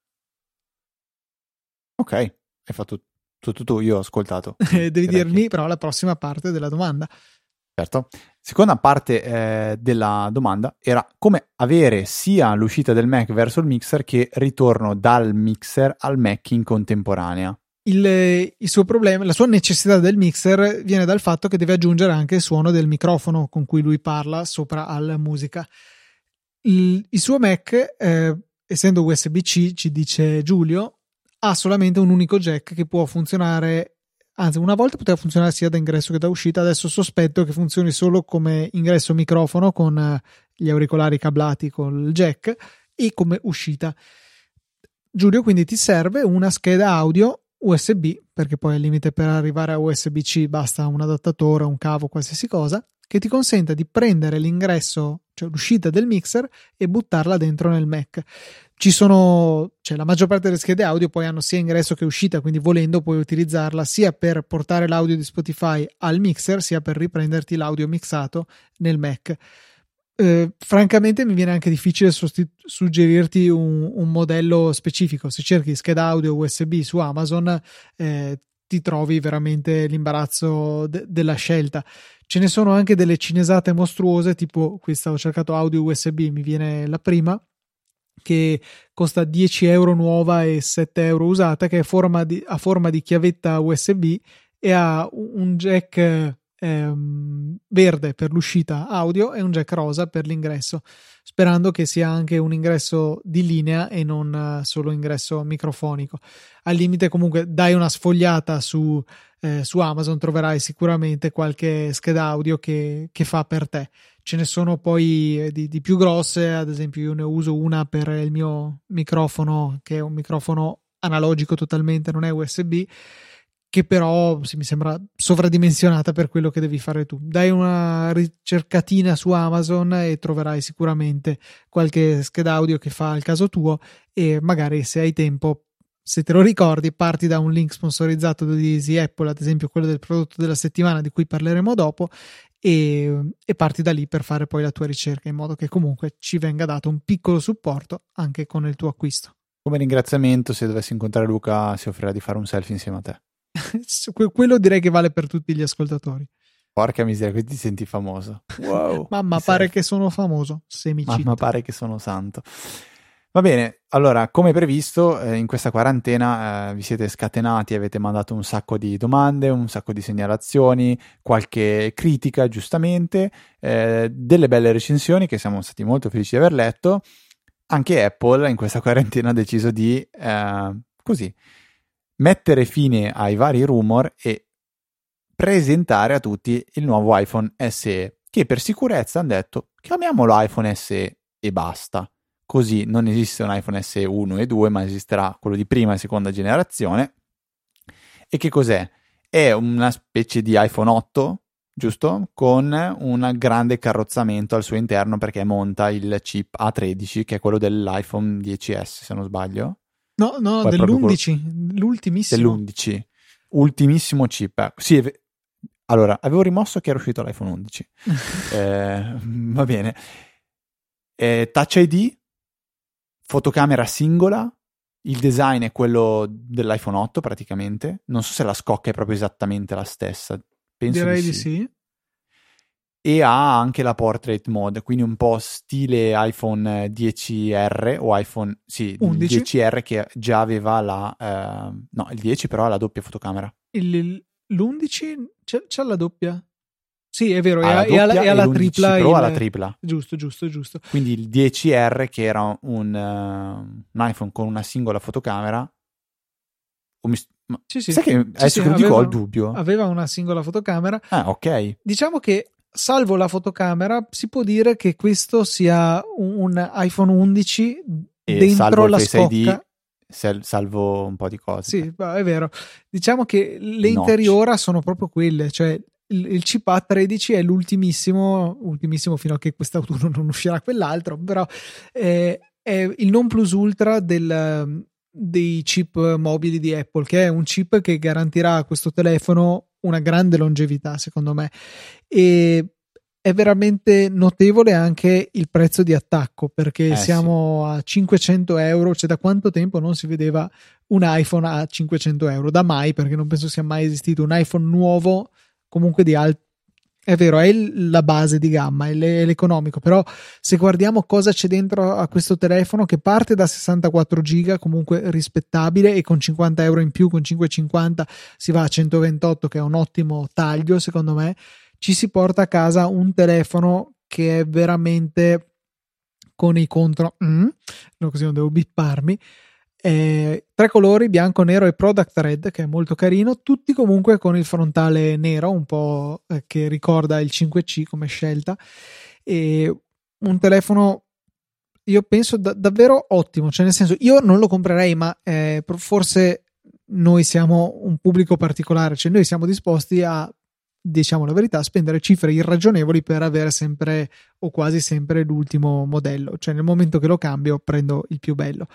Ok, hai fatto tutto tu, io ho ascoltato. Devi dirmi però la prossima parte della domanda. Certo. Seconda parte della domanda era come avere sia l'uscita del Mac verso il mixer che ritorno dal mixer al Mac in contemporanea. Il suo problema, la sua necessità del mixer viene dal fatto che deve aggiungere anche il suono del microfono con cui lui parla sopra alla musica. Il suo Mac, essendo USB-C, ci dice Giulio, ha solamente un unico jack che può funzionare, anzi una volta poteva funzionare sia da ingresso che da uscita, adesso sospetto che funzioni solo come ingresso microfono con gli auricolari cablati col jack e come uscita. Giulio, quindi ti serve una scheda audio USB, perché poi al limite per arrivare a USB-C basta un adattatore, un cavo, qualsiasi cosa, che ti consenta di prendere l'ingresso, cioè l'uscita del mixer, e buttarla dentro nel Mac. La maggior parte delle schede audio poi hanno sia ingresso che uscita, quindi volendo puoi utilizzarla sia per portare l'audio di Spotify al mixer, sia per riprenderti l'audio mixato nel Mac. Francamente mi viene anche difficile suggerirti un modello specifico. Se cerchi scheda audio USB su Amazon ti trovi veramente l'imbarazzo della scelta. Ce ne sono anche delle cinesate mostruose, tipo questa, ho cercato audio USB, mi viene la prima, che costa 10 euro nuova e 7 euro usata, che è a forma di chiavetta USB e ha un jack verde per l'uscita audio e un jack rosa per l'ingresso, sperando che sia anche un ingresso di linea e non solo ingresso microfonico. Al limite comunque dai una sfogliata su Amazon, troverai sicuramente qualche scheda audio che fa per te. Ce ne sono poi di più grosse, ad esempio io ne uso una per il mio microfono, che è un microfono analogico totalmente, non è USB, che però mi sembra sovradimensionata per quello che devi fare tu. Dai una ricercatina su Amazon e troverai sicuramente qualche scheda audio che fa il caso tuo, e magari se hai tempo, se te lo ricordi, parti da un link sponsorizzato di Easy Apple, ad esempio quello del prodotto della settimana di cui parleremo dopo, e parti da lì per fare poi la tua ricerca, in modo che comunque ci venga dato un piccolo supporto anche con il tuo acquisto. Come ringraziamento, se dovessi incontrare Luca, si offrirà di fare un selfie insieme a te. Quello direi che vale per tutti gli ascoltatori. Porca miseria, qui ti senti famoso. Wow. Mamma, pare che sono famoso. Mamma, pare che sono santo. Va bene, allora, come previsto, in questa quarantena vi siete scatenati, avete mandato un sacco di domande, un sacco di segnalazioni, qualche critica, giustamente, delle belle recensioni che siamo stati molto felici di aver letto. Anche Apple in questa quarantena ha deciso di, così, mettere fine ai vari rumor e presentare a tutti il nuovo iPhone SE, che per sicurezza hanno detto chiamiamolo iPhone SE e basta. Così non esiste un iPhone SE 1 e 2, ma esisterà quello di prima e seconda generazione. E che cos'è? È una specie di iPhone 8, giusto? Con un grande carrozzamento al suo interno, perché monta il chip A13, che è quello dell'iPhone 10S, se non sbaglio. No, dell'11, l'ultimissimo. Dell'11, ultimissimo chip. Sì, allora, avevo rimosso che era uscito l'iPhone 11. Va bene. Touch ID, fotocamera singola, il design è quello dell'iPhone 8 praticamente. Non so se la scocca è proprio esattamente la stessa. Penso direi di sì. Sì. E ha anche la portrait mode, quindi un po' stile iPhone 10R o iPhone 11. 10R, che già aveva no, il 10 però ha la doppia fotocamera. L'11 c'ha la doppia? Sì, è vero, ha la tripla. Però ha la tripla. Giusto. Quindi il 10R, che era un iPhone con una singola fotocamera. Sì. Sai che adesso che lo dico ho il dubbio. Aveva una singola fotocamera. Ah, ok. Diciamo che, salvo la fotocamera, si può dire che questo sia un iPhone 11 e dentro la scocca. ID, salvo un po' di cose. Sì, è vero. Diciamo che le interiora sono proprio quelle, cioè il chip A13 è l'ultimissimo fino a che quest'autunno non uscirà quell'altro, però è il non plus ultra dei chip mobili di Apple, che è un chip che garantirà a questo telefono una grande longevità, secondo me. E è veramente notevole anche il prezzo di attacco, perché siamo a 500 euro. Cioè, da quanto tempo non si vedeva un iPhone a 500 euro? Da mai, perché non penso sia mai esistito un iPhone nuovo comunque di alto. È vero, è la base di gamma, è l'economico, però se guardiamo cosa c'è dentro a questo telefono, che parte da 64 giga, comunque rispettabile, e con 50 euro in più, con 5,50 si va a 128, che è un ottimo taglio secondo me. Ci si porta a casa un telefono che è veramente, con i contro, no, così non devo bipparmi, 3 colori, bianco, nero e product red, che è molto carino, tutti comunque con il frontale nero, un po' che ricorda il 5C come scelta, e un telefono, io penso davvero ottimo. Cioè, nel senso, io non lo comprerei, ma forse noi siamo un pubblico particolare, cioè noi siamo disposti a, diciamo la verità, spendere cifre irragionevoli per avere sempre o quasi sempre l'ultimo modello. Cioè, nel momento che lo cambio prendo il più bello.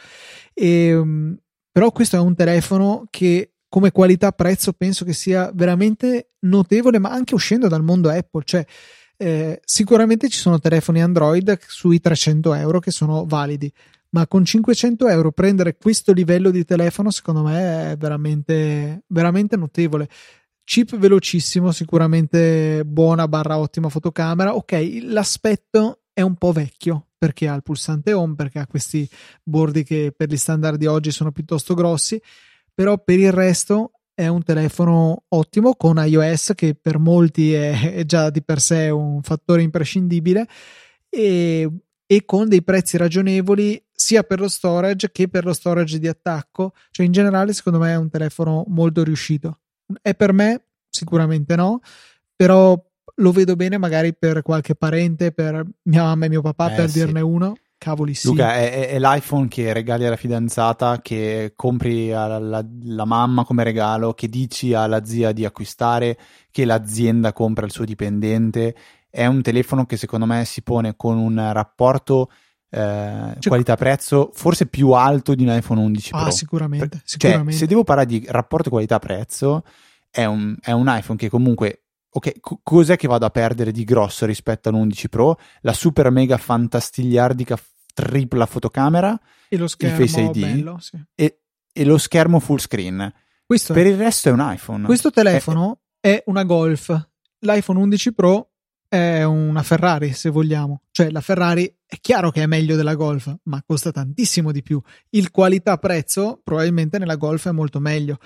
Però questo è un telefono che come qualità prezzo penso che sia veramente notevole, ma anche uscendo dal mondo Apple. Cioè, sicuramente ci sono telefoni Android sui 300 euro che sono validi, ma con 500 euro prendere questo livello di telefono secondo me è veramente, veramente notevole. Chip velocissimo, sicuramente buona barra ottima fotocamera. Ok, l'aspetto è un po' vecchio perché ha il pulsante home, perché ha questi bordi che per gli standard di oggi sono piuttosto grossi, però per il resto è un telefono ottimo, con iOS che per molti è già di per sé un fattore imprescindibile, e con dei prezzi ragionevoli sia per lo storage che per lo storage di attacco. Cioè, in generale secondo me è un telefono molto riuscito. È per me? Sicuramente no, però lo vedo bene magari per qualche parente, per mia mamma e mio papà, per dirne uno. Cavoli, sì. Luca, è l'iPhone che regali alla fidanzata, che compri alla mamma come regalo, che dici alla zia di acquistare, che l'azienda compra al suo dipendente. È un telefono che secondo me si pone con un rapporto qualità-prezzo forse più alto di un iPhone 11 Pro. Sicuramente. Cioè, se devo parlare di rapporto qualità-prezzo, è un iPhone che comunque, ok, cos'è che vado a perdere di grosso rispetto all'11 Pro? La super mega fantastigliardica tripla fotocamera, e lo schermo il Face ID bello, sì. e lo schermo full screen. Per il resto è un iPhone. Questo telefono è una Golf. L'iPhone 11 Pro è una Ferrari, se vogliamo. Cioè, la Ferrari è chiaro che è meglio della Golf, ma costa tantissimo di più. Il qualità-prezzo probabilmente nella Golf è molto meglio.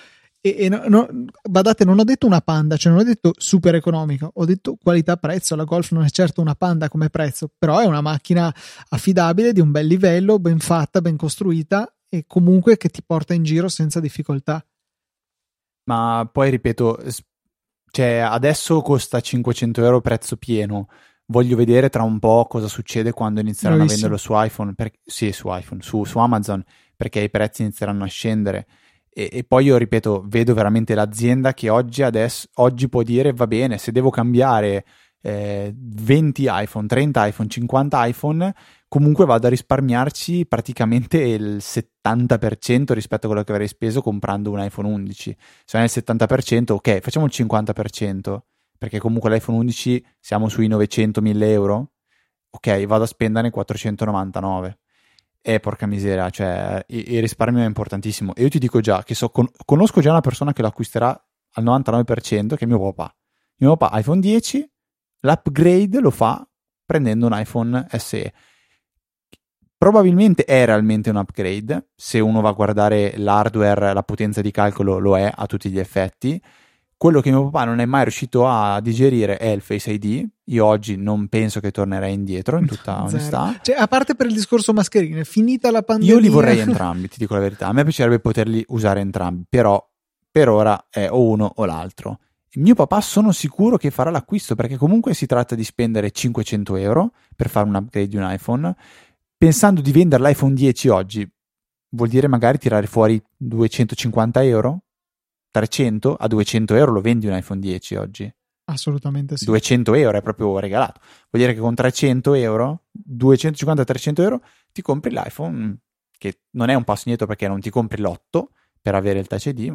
Badate, non ho detto una Panda, cioè non ho detto super economica, ho detto qualità-prezzo. La Golf non è certo una Panda come prezzo, però è una macchina affidabile, di un bel livello, ben fatta, ben costruita, e comunque che ti porta in giro senza difficoltà. Ma poi ripeto, cioè adesso costa 500 euro prezzo pieno. Voglio vedere tra un po' cosa succede quando inizieranno a venderlo su iPhone, su Amazon, perché i prezzi inizieranno a scendere. E poi io ripeto, vedo veramente l'azienda che oggi può dire: va bene, se devo cambiare 20 iPhone, 30 iPhone, 50 iPhone, comunque vado a risparmiarci praticamente il 70% rispetto a quello che avrei speso comprando un iPhone 11. Se non è il 70%, ok, facciamo il 50%, perché comunque l'iPhone 11 siamo sui 900.000 euro, ok, vado a spenderne 499. Porca miseria, cioè il risparmio è importantissimo. E io ti dico già che conosco già una persona che lo acquisterà al 99%, che è mio papà. Mio papà iPhone 10, l'upgrade lo fa prendendo un iPhone SE. Probabilmente è realmente un upgrade, se uno va a guardare l'hardware, la potenza di calcolo lo è a tutti gli effetti. Quello che mio papà non è mai riuscito a digerire è il Face ID. Io oggi non penso che tornerei indietro, in tutta onestà. Cioè, a parte per il discorso mascherine, finita la pandemia... Io li vorrei entrambi, ti dico la verità. A me piacerebbe poterli usare entrambi, però per ora è o uno o l'altro. Mio papà sono sicuro che farà l'acquisto, perché comunque si tratta di spendere 500 euro per fare un upgrade di un iPhone. Pensando di vendere l'iPhone 10 oggi, vuol dire magari tirare fuori 250 euro? 300? A 200 euro lo vendi un iPhone 10 oggi? Assolutamente sì. 200 euro è proprio regalato. Vuol dire che con 300 euro, 250-300 euro, ti compri l'iPhone, che non è un passo indietro perché non ti compri l'8 per avere il Touch ID.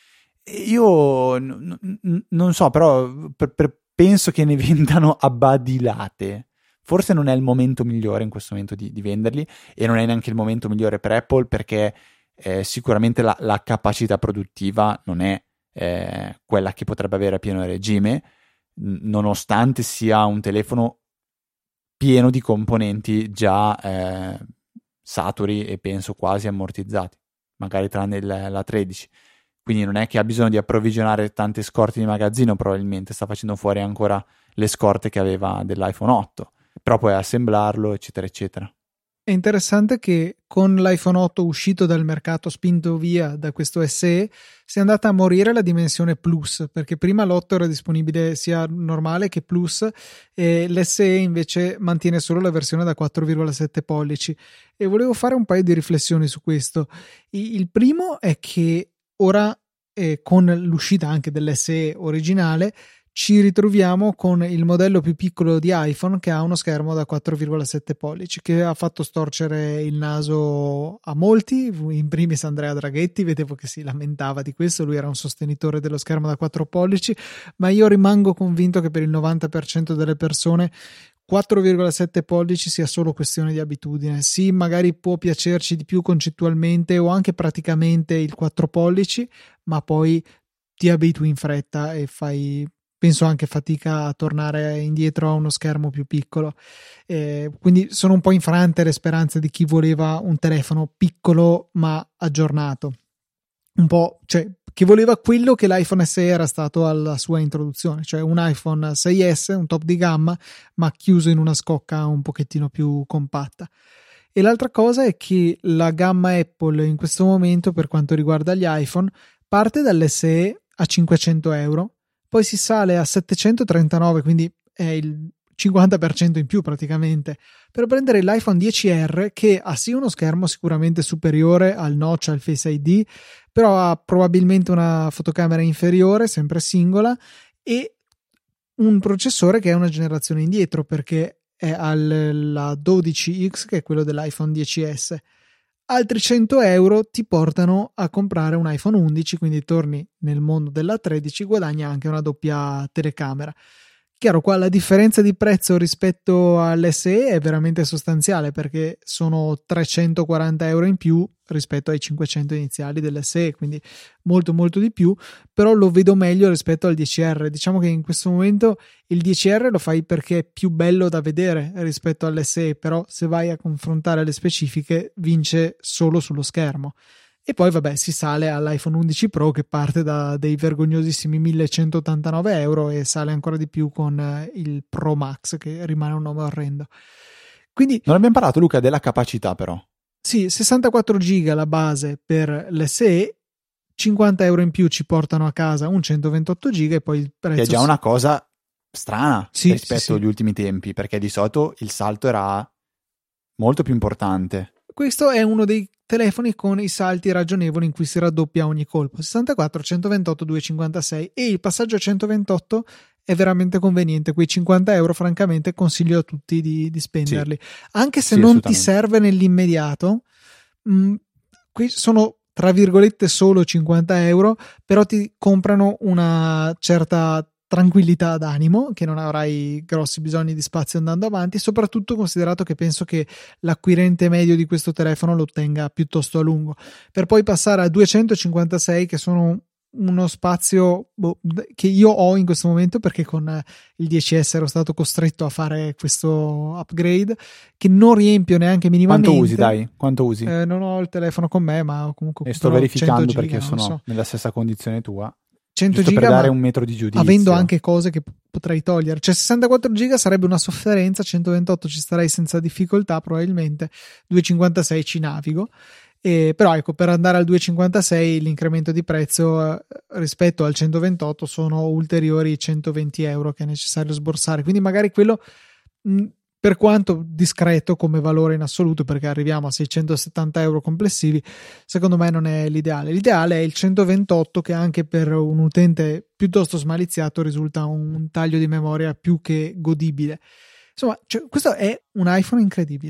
Io non so, però penso che ne vendano a badilate. Forse non è il momento migliore in questo momento di venderli, e non è neanche il momento migliore per Apple, perché sicuramente la capacità produttiva non è quella che potrebbe avere a pieno regime, nonostante sia un telefono pieno di componenti già saturi e penso quasi ammortizzati, magari tranne la 13. Quindi non è che ha bisogno di approvvigionare tante scorte di magazzino, probabilmente sta facendo fuori ancora le scorte che aveva dell'iPhone 8, però puoi assemblarlo, eccetera, eccetera. È interessante che con l'iPhone 8 uscito dal mercato, spinto via da questo SE, sia andata a morire la dimensione Plus, perché prima l'8 era disponibile sia normale che Plus, e l'SE invece mantiene solo la versione da 4,7 pollici. E volevo fare un paio di riflessioni su questo. Il primo è che ora, con l'uscita anche dell'SE originale, ci ritroviamo con il modello più piccolo di iPhone che ha uno schermo da 4,7 pollici, che ha fatto storcere il naso a molti, in primis Andrea Draghetti. Vedevo che si lamentava di questo, lui era un sostenitore dello schermo da 4 pollici, ma io rimango convinto che per il 90% delle persone 4,7 pollici sia solo questione di abitudine. Sì, magari può piacerci di più concettualmente o anche praticamente il 4 pollici, ma poi ti abitui in fretta e fai, penso, anche fatica a tornare indietro a uno schermo più piccolo. Quindi sono un po' infrante le speranze di chi voleva un telefono piccolo ma aggiornato, un po', cioè, che voleva quello che l'iPhone SE era stato alla sua introduzione, cioè un iPhone 6S, un top di gamma, ma chiuso in una scocca un pochettino più compatta. E l'altra cosa è che la gamma Apple in questo momento, per quanto riguarda gli iPhone, parte dall'SE a 500 euro, poi si sale a 739, quindi è il 50% in più praticamente, per prendere l'iPhone 10R, che ha sì uno schermo sicuramente superiore al notch, al Face ID, però ha probabilmente una fotocamera inferiore, sempre singola, e un processore che è una generazione indietro, perché è alla 12X, che è quello dell'iPhone 10S. Altri 100 euro ti portano a comprare un iPhone 11, quindi torni nel mondo della 13, guadagni anche una doppia telecamera. Chiaro, qua la differenza di prezzo rispetto all'SE è veramente sostanziale, perché sono 340 euro in più rispetto ai 500 iniziali dell'SE, quindi molto molto di più, però lo vedo meglio rispetto al 10R. Diciamo che in questo momento il 10R lo fai perché è più bello da vedere rispetto all'SE, però se vai a confrontare le specifiche vince solo sullo schermo. E poi vabbè, si sale all'iPhone 11 Pro, che parte da dei vergognosissimi 1189 euro e sale ancora di più con il Pro Max, che rimane un nome orrendo. Quindi non abbiamo parlato, Luca, della capacità, però. Sì, 64 giga la base per l'SE, 50 euro in più ci portano a casa un 128 giga, e poi il prezzo... Che è già una cosa strana rispetto sì. agli ultimi tempi, perché di solito il salto era molto più importante. Questo è uno dei telefoni con i salti ragionevoli in cui si raddoppia ogni colpo: 64, 128, 256, e il passaggio a 128 è veramente conveniente. Quei 50 euro francamente consiglio a tutti di spenderli, anche se non ti serve nell'immediato. Qui sono tra virgolette solo 50 euro, però ti comprano una certa tranquillità d'animo, che non avrai grossi bisogni di spazio andando avanti, soprattutto considerato che penso che l'acquirente medio di questo telefono lo tenga piuttosto a lungo, per poi passare a 256, che sono uno spazio che io ho in questo momento, perché con il 10S ero stato costretto a fare questo upgrade, che non riempio neanche minimamente. Quanto usi, dai? Quanto usi? Non ho il telefono con me, ma comunque sto verificando giga, perché sono nella stessa condizione tua. 100 giusto giga, per dare un metro di giudizio, avendo anche cose che potrei togliere. Cioè 64 giga sarebbe una sofferenza, 128 ci starei senza difficoltà probabilmente, 256 ci navigo. Però ecco, per andare al 256 l'incremento di prezzo rispetto al 128 sono ulteriori 120 euro che è necessario sborsare, quindi magari quello, per quanto discreto come valore in assoluto, perché arriviamo a 670 euro complessivi, secondo me non è l'ideale. L'ideale è il 128, che anche per un utente piuttosto smaliziato risulta un taglio di memoria più che godibile. Insomma, questo è un iPhone incredibile.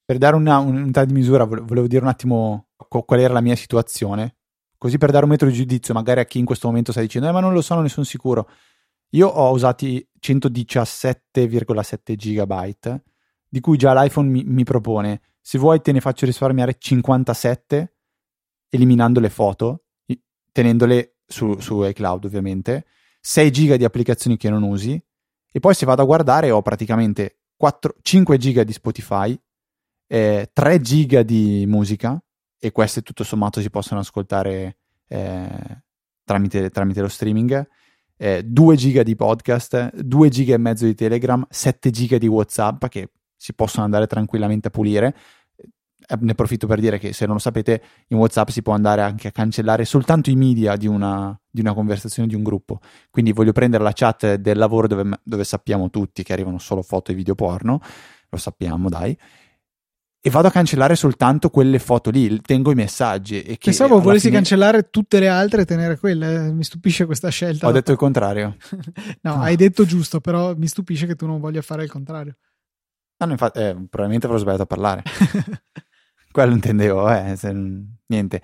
Per dare un'unità di misura, volevo dire un attimo qual era la mia situazione, così per dare un metro di giudizio, magari a chi in questo momento sta dicendo ma non lo so, non ne sono sicuro. Io ho usati 117,7 gigabyte, di cui già l'iPhone mi propone, se vuoi te ne faccio risparmiare 57, eliminando le foto, tenendole su iCloud ovviamente, 6 giga di applicazioni che non usi, e poi se vado a guardare ho praticamente 5 giga di Spotify, 3 giga di musica, e queste tutto sommato si possono ascoltare tramite lo streaming, 2 giga di podcast, 2 giga e mezzo di Telegram, 7 giga di WhatsApp che si possono andare tranquillamente a pulire. Ne approfitto per dire che, se non lo sapete, in WhatsApp si può andare anche a cancellare soltanto i media di una conversazione di un gruppo. Quindi voglio prendere la chat del lavoro dove sappiamo tutti che arrivano solo foto e video porno, lo sappiamo, dai, e vado a cancellare soltanto quelle foto lì, tengo i messaggi. E che pensavo volessi cancellare tutte le altre e tenere quelle. Mi stupisce questa scelta. Ho detto il contrario. No, hai detto giusto, però mi stupisce che tu non voglia fare il contrario. No, infatti, probabilmente avrò sbagliato a parlare. Quello intendevo, niente.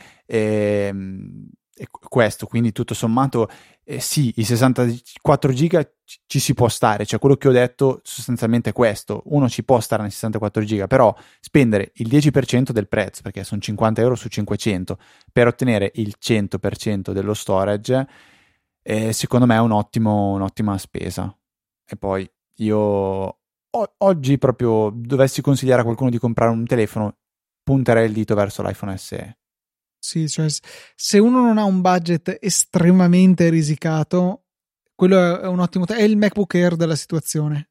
E questo, quindi tutto sommato, sì, i 64 giga ci si può stare, cioè quello che ho detto sostanzialmente è questo: uno ci può stare nei 64 giga, però spendere il 10% del prezzo, perché sono 50 euro su 500, per ottenere il 100% dello storage, secondo me è un'ottima spesa. E poi io oggi proprio dovessi consigliare a qualcuno di comprare un telefono, punterei il dito verso l'iPhone SE. Sì, cioè se uno non ha un budget estremamente risicato, quello è un ottimo è il MacBook Air della situazione.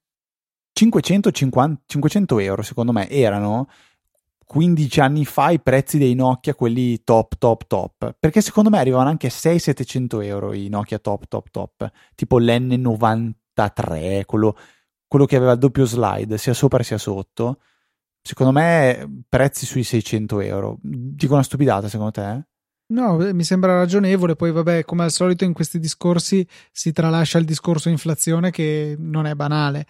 500 euro secondo me erano 15 anni fa i prezzi dei Nokia, quelli top, perché secondo me arrivavano anche a 600-700 euro i Nokia top, tipo l'N93, quello che aveva il doppio slide sia sopra sia sotto. Secondo me prezzi sui 600 euro. Dico una stupidata, secondo te? No, mi sembra ragionevole. Poi vabbè, come al solito in questi discorsi si tralascia il discorso inflazione, che non è banale.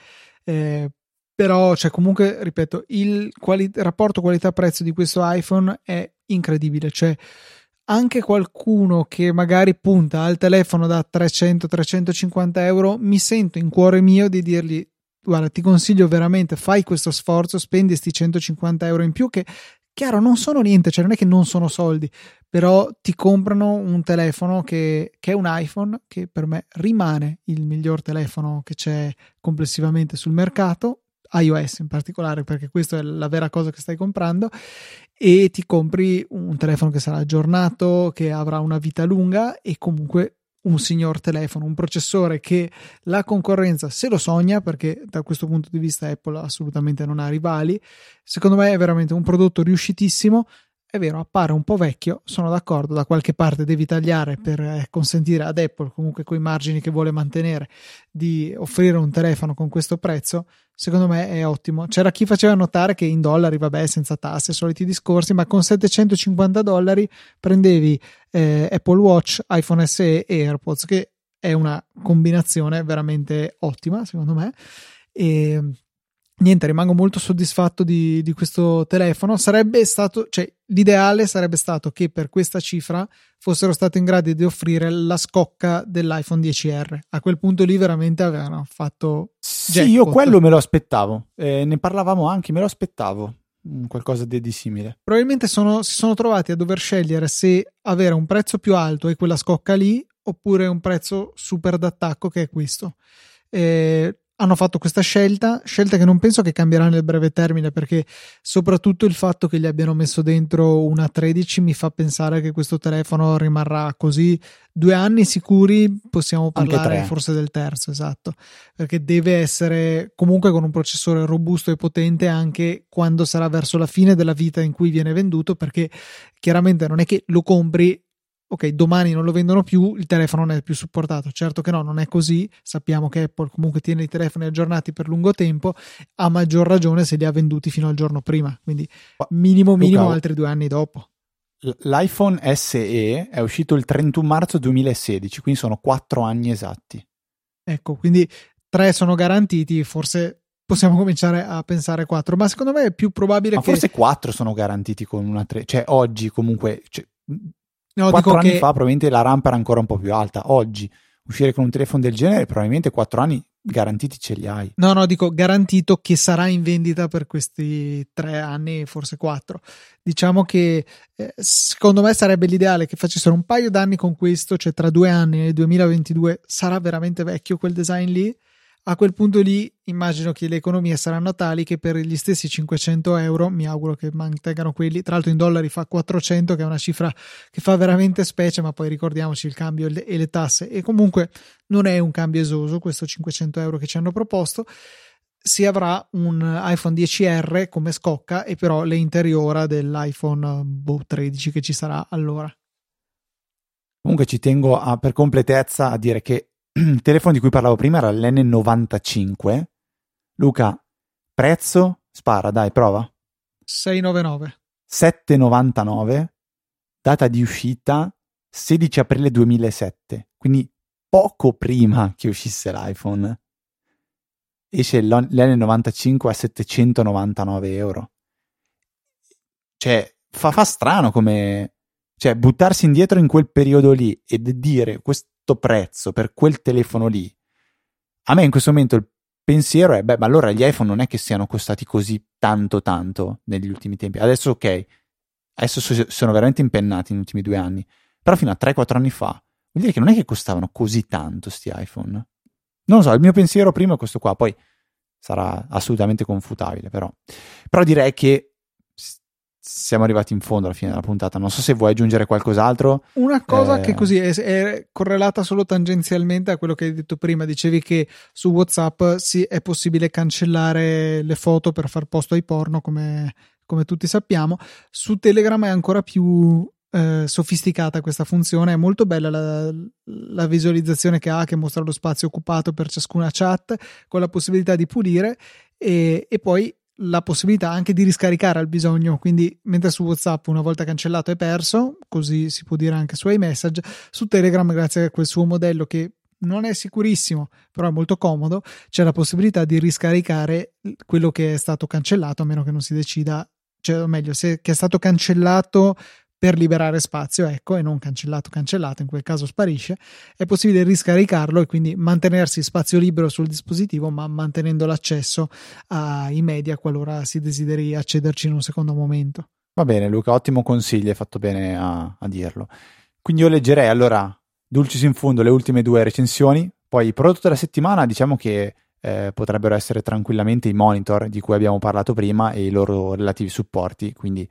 Però, cioè, comunque, ripeto, il rapporto qualità-prezzo di questo iPhone è incredibile. Cioè, anche qualcuno che magari punta al telefono da 300-350 euro, mi sento in cuore mio di dirgli: guarda, ti consiglio veramente, fai questo sforzo, spendi questi 150 euro in più, che chiaro non sono niente, cioè non è che non sono soldi, però ti comprano un telefono che è un iPhone, che per me rimane il miglior telefono che c'è complessivamente sul mercato, iOS in particolare, perché questa è la vera cosa che stai comprando, e ti compri un telefono che sarà aggiornato, che avrà una vita lunga, e comunque un signor telefono, un processore che la concorrenza se lo sogna, perché da questo punto di vista Apple assolutamente non ha rivali. Secondo me è veramente un prodotto riuscitissimo. È vero, appare un po' vecchio, sono d'accordo, da qualche parte devi tagliare per consentire ad Apple, comunque coi margini che vuole mantenere, di offrire un telefono con questo prezzo. Secondo me è ottimo. C'era chi faceva notare che in dollari, vabbè, senza tasse, soliti discorsi, ma con $750 prendevi Apple Watch, iPhone SE e AirPods, che è una combinazione veramente ottima, secondo me. E niente, rimango molto soddisfatto di questo telefono. Sarebbe stato, cioè, l'ideale sarebbe stato che per questa cifra fossero stati in grado di offrire la scocca dell'iPhone 10R. A quel punto lì veramente avevano fatto jackpot. Sì, io quello me lo aspettavo, ne parlavamo anche, me lo aspettavo, qualcosa di simile. Probabilmente si sono trovati a dover scegliere se avere un prezzo più alto e quella scocca lì, oppure un prezzo super d'attacco che è questo. Hanno fatto questa scelta che non penso che cambierà nel breve termine, perché soprattutto il fatto che gli abbiano messo dentro una 13 mi fa pensare che questo telefono rimarrà così 2 anni sicuri, possiamo parlare forse del terzo, esatto, perché deve essere comunque con un processore robusto e potente anche quando sarà verso la fine della vita in cui viene venduto, perché chiaramente non è che lo compri, ok, domani non lo vendono più, il telefono non è più supportato. Certo che no, non è così. Sappiamo che Apple comunque tiene i telefoni aggiornati per lungo tempo, a maggior ragione se li ha venduti fino al giorno prima, quindi minimo altri 2 anni dopo. L'iPhone SE è uscito il 31 marzo 2016, quindi sono 4 anni esatti. Ecco, quindi 3 sono garantiti, forse possiamo cominciare a pensare 4, ma secondo me è più probabile che... forse 4 sono garantiti con una 3, cioè oggi comunque, No, 4 anni fa probabilmente la rampa era ancora un po' più alta, oggi uscire con un telefono del genere probabilmente 4 anni garantiti ce li hai. No, dico garantito che sarà in vendita per questi 3 anni, forse 4. Diciamo che secondo me sarebbe l'ideale che facessero un paio d'anni con questo, cioè tra 2 anni, nel 2022 sarà veramente vecchio quel design lì. A quel punto lì immagino che le economie saranno tali che per gli stessi 500 euro, mi auguro che mantengano quelli, tra l'altro in dollari fa 400, che è una cifra che fa veramente specie, ma poi ricordiamoci il cambio e le tasse, e comunque non è un cambio esoso questo 500 euro che ci hanno proposto. Si avrà un iPhone 10R come scocca, e però le interiora dell'iPhone 13 che ci sarà allora. Comunque ci tengo per completezza a dire che il telefono di cui parlavo prima era l'N95. Luca, prezzo? Spara, dai, prova. 699. 799, data di uscita 16 aprile 2007, quindi poco prima che uscisse l'iPhone. Esce l'N95 a 799 euro. Cioè, fa strano come... Cioè, buttarsi indietro in quel periodo lì e dire questo prezzo per quel telefono lì, a me in questo momento il pensiero è, ma allora gli iPhone non è che siano costati così tanto negli ultimi tempi. Adesso ok, adesso sono veramente impennati negli ultimi 2 anni, però fino a 3-4 anni fa vuol dire che non è che costavano così tanto sti iPhone. Non lo so, il mio pensiero prima è questo qua, poi sarà assolutamente confutabile, però direi che siamo arrivati in fondo alla fine della puntata. Non so se vuoi aggiungere qualcos'altro. Una cosa che così è correlata solo tangenzialmente a quello che hai detto prima. Dicevi che su WhatsApp è possibile cancellare le foto per far posto ai porno, come tutti sappiamo. Su Telegram è ancora più sofisticata questa funzione. È molto bella la visualizzazione che mostra lo spazio occupato per ciascuna chat, con la possibilità di pulire e poi la possibilità anche di riscaricare al bisogno. Quindi mentre su WhatsApp una volta cancellato è perso, così si può dire anche su iMessage, su Telegram, grazie a quel suo modello che non è sicurissimo però è molto comodo, c'è la possibilità di riscaricare quello che è stato cancellato, a meno che non si decida, cioè o meglio, che è stato cancellato per liberare spazio, ecco, e non cancellato, in quel caso sparisce. È possibile riscaricarlo e quindi mantenersi spazio libero sul dispositivo, ma mantenendo l'accesso ai media qualora si desideri accederci in un secondo momento. Va bene Luca, ottimo consiglio, hai fatto bene a dirlo. Quindi io leggerei allora dulcis in fundo le ultime 2 recensioni, poi il prodotto della settimana diciamo che potrebbero essere tranquillamente i monitor di cui abbiamo parlato prima e i loro relativi supporti, quindi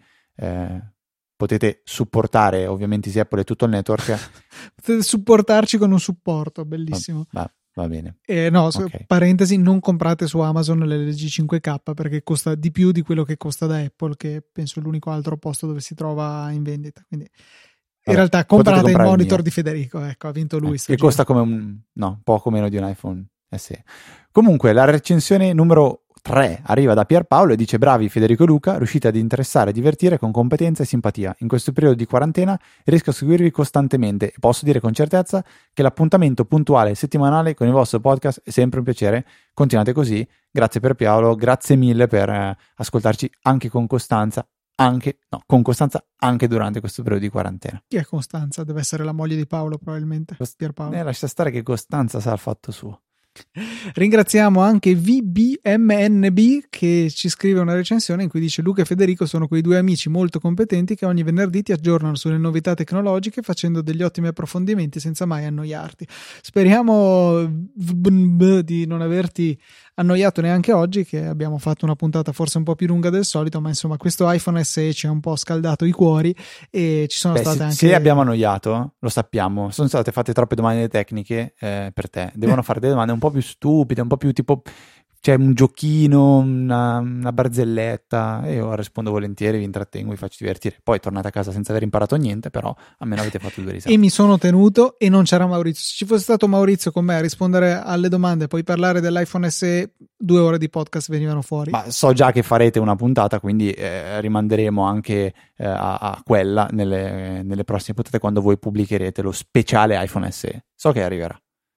potete supportare ovviamente sia Apple e tutto il network. Potete supportarci con un supporto, bellissimo. Va bene. No, okay. Parentesi, non comprate su Amazon l'LG 5K perché costa di più di quello che costa da Apple, che penso è l'unico altro posto dove si trova in vendita. Quindi in realtà comprate il monitor di Federico, ecco, ha vinto lui. Che costa come poco meno di un iPhone SE. Comunque la recensione numero 3 arriva da Pierpaolo e dice: bravi Federico e Luca, riuscite ad interessare e divertire con competenza e simpatia. In questo periodo di quarantena riesco a seguirvi costantemente e posso dire con certezza che l'appuntamento puntuale settimanale con il vostro podcast è sempre un piacere. Continuate così. Grazie Pierpaolo, grazie mille per ascoltarci anche con costanza. Con Costanza anche durante questo periodo di quarantena. Chi è Costanza? Deve essere la moglie di Paolo, probabilmente. Pierpaolo. Lascia stare che Costanza sa il fatto suo. Ringraziamo anche VBMNB che ci scrive una recensione in cui dice: Luca e Federico sono quei 2 amici molto competenti che ogni venerdì ti aggiornano sulle novità tecnologiche facendo degli ottimi approfondimenti senza mai annoiarti. Speriamo di non averti annoiato neanche oggi, che abbiamo fatto una puntata forse un po' più lunga del solito, ma insomma questo iPhone SE ci ha un po' scaldato i cuori e ci sono state anche... Se abbiamo annoiato, lo sappiamo, sono state fatte troppe domande tecniche per te, devono fare delle domande un po' più stupide, un po' più tipo c'è un giochino, una barzelletta, e io rispondo volentieri, vi intrattengo, vi faccio divertire. Poi tornate a casa senza aver imparato niente, però almeno avete fatto 2 risate. E mi sono tenuto, e non c'era Maurizio. Se ci fosse stato Maurizio con me a rispondere alle domande e poi parlare dell'iPhone SE, 2 ore di podcast venivano fuori. Ma so già che farete una puntata, quindi rimanderemo anche a quella nelle prossime puntate, quando voi pubblicherete lo speciale iPhone SE. So che arriverà.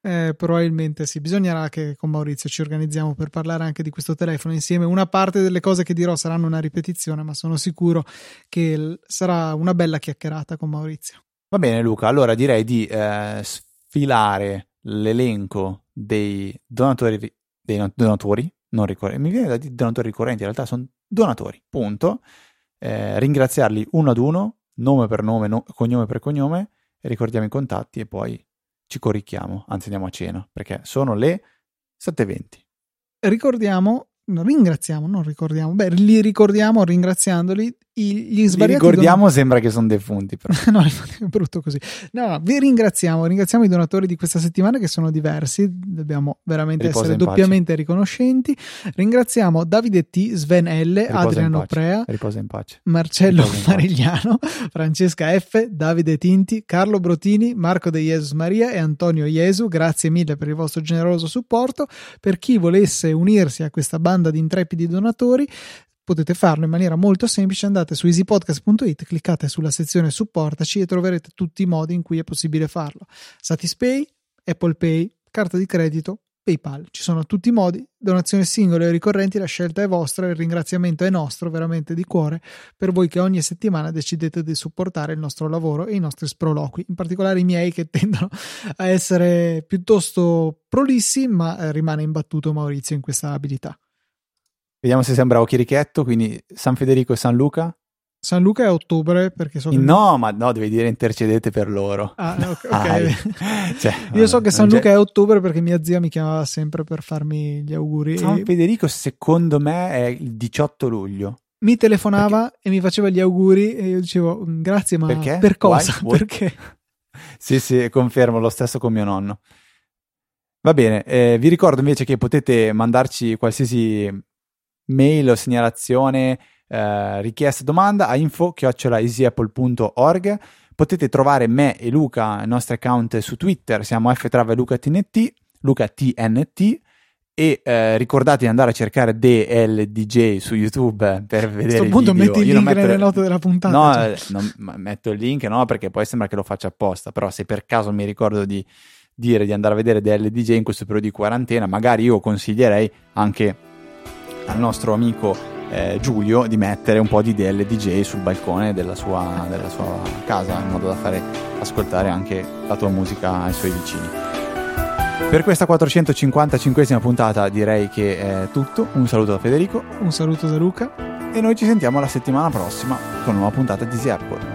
Probabilmente sì, bisognerà che con Maurizio ci organizziamo per parlare anche di questo telefono insieme. Una parte delle cose che dirò saranno una ripetizione, ma sono sicuro che sarà una bella chiacchierata con Maurizio. Va bene Luca, allora direi di sfilare l'elenco dei donatori, non ricorrenti, mi viene da dire donatori ricorrenti, in realtà sono donatori, punto. Ringraziarli uno ad uno, nome per nome, cognome per cognome, ricordiamo i contatti e poi ci coricchiamo, anzi andiamo a cena, perché sono le 7:20. Li ricordiamo ringraziandoli. Gli svariati li ricordiamo, sembra che sono defunti, però. No, è brutto così. No, vi ringraziamo i donatori di questa settimana, che sono diversi, dobbiamo veramente essere doppiamente riconoscenti. Ringraziamo Davide T, Sven L, Adriano Prea, riposa in pace, Marcello Marigliano, Francesca F, Davide Tinti, Carlo Brotini, Marco De Jesus Maria e Antonio Iesu. Grazie mille per il vostro generoso supporto. Per chi volesse unirsi a questa banda di intrepidi donatori, potete farlo in maniera molto semplice. Andate su easypodcast.it, cliccate sulla sezione supportaci e troverete tutti i modi in cui è possibile farlo. Satispay, Apple Pay, carta di credito, PayPal. Ci sono tutti i modi, donazioni singole o ricorrenti, la scelta è vostra, il ringraziamento è nostro, veramente di cuore, per voi che ogni settimana decidete di supportare il nostro lavoro e i nostri sproloqui, in particolare i miei, che tendono a essere piuttosto prolissi, ma rimane imbattuto Maurizio in questa abilità. Vediamo se sembra Chirichetto, quindi San Federico e San Luca. San Luca è a ottobre, perché so che... No, devi dire intercedete per loro. Ok. Io so che San Luca è a ottobre perché mia zia mi chiamava sempre per farmi gli auguri. San Federico secondo me è il 18 luglio. Mi telefonava e mi faceva gli auguri e io dicevo grazie, ma perché? Per cosa? Why? Perché? Sì, confermo, lo stesso con mio nonno. Va bene, vi ricordo invece che potete mandarci qualsiasi mail o segnalazione, richiesta, domanda a info@easyapple.org. Potete trovare me e Luca, i nostri account su Twitter, siamo ftravelucatnt, lucatnt, e ricordate di andare a cercare DLDJ su YouTube per vedere il video. Metti il link nelle note della puntata. No, non metto il link, no, perché poi sembra che lo faccia apposta, però se per caso mi ricordo di dire di andare a vedere DLDJ in questo periodo di quarantena, magari io consiglierei anche al nostro amico Giulio di mettere un po' di DLDJ sul balcone della sua casa, in modo da fare ascoltare anche la tua musica ai suoi vicini. Per questa 455esima puntata direi che è tutto. Un saluto da Federico, un saluto da Luca e noi ci sentiamo la settimana prossima con una nuova puntata di Easy Apple.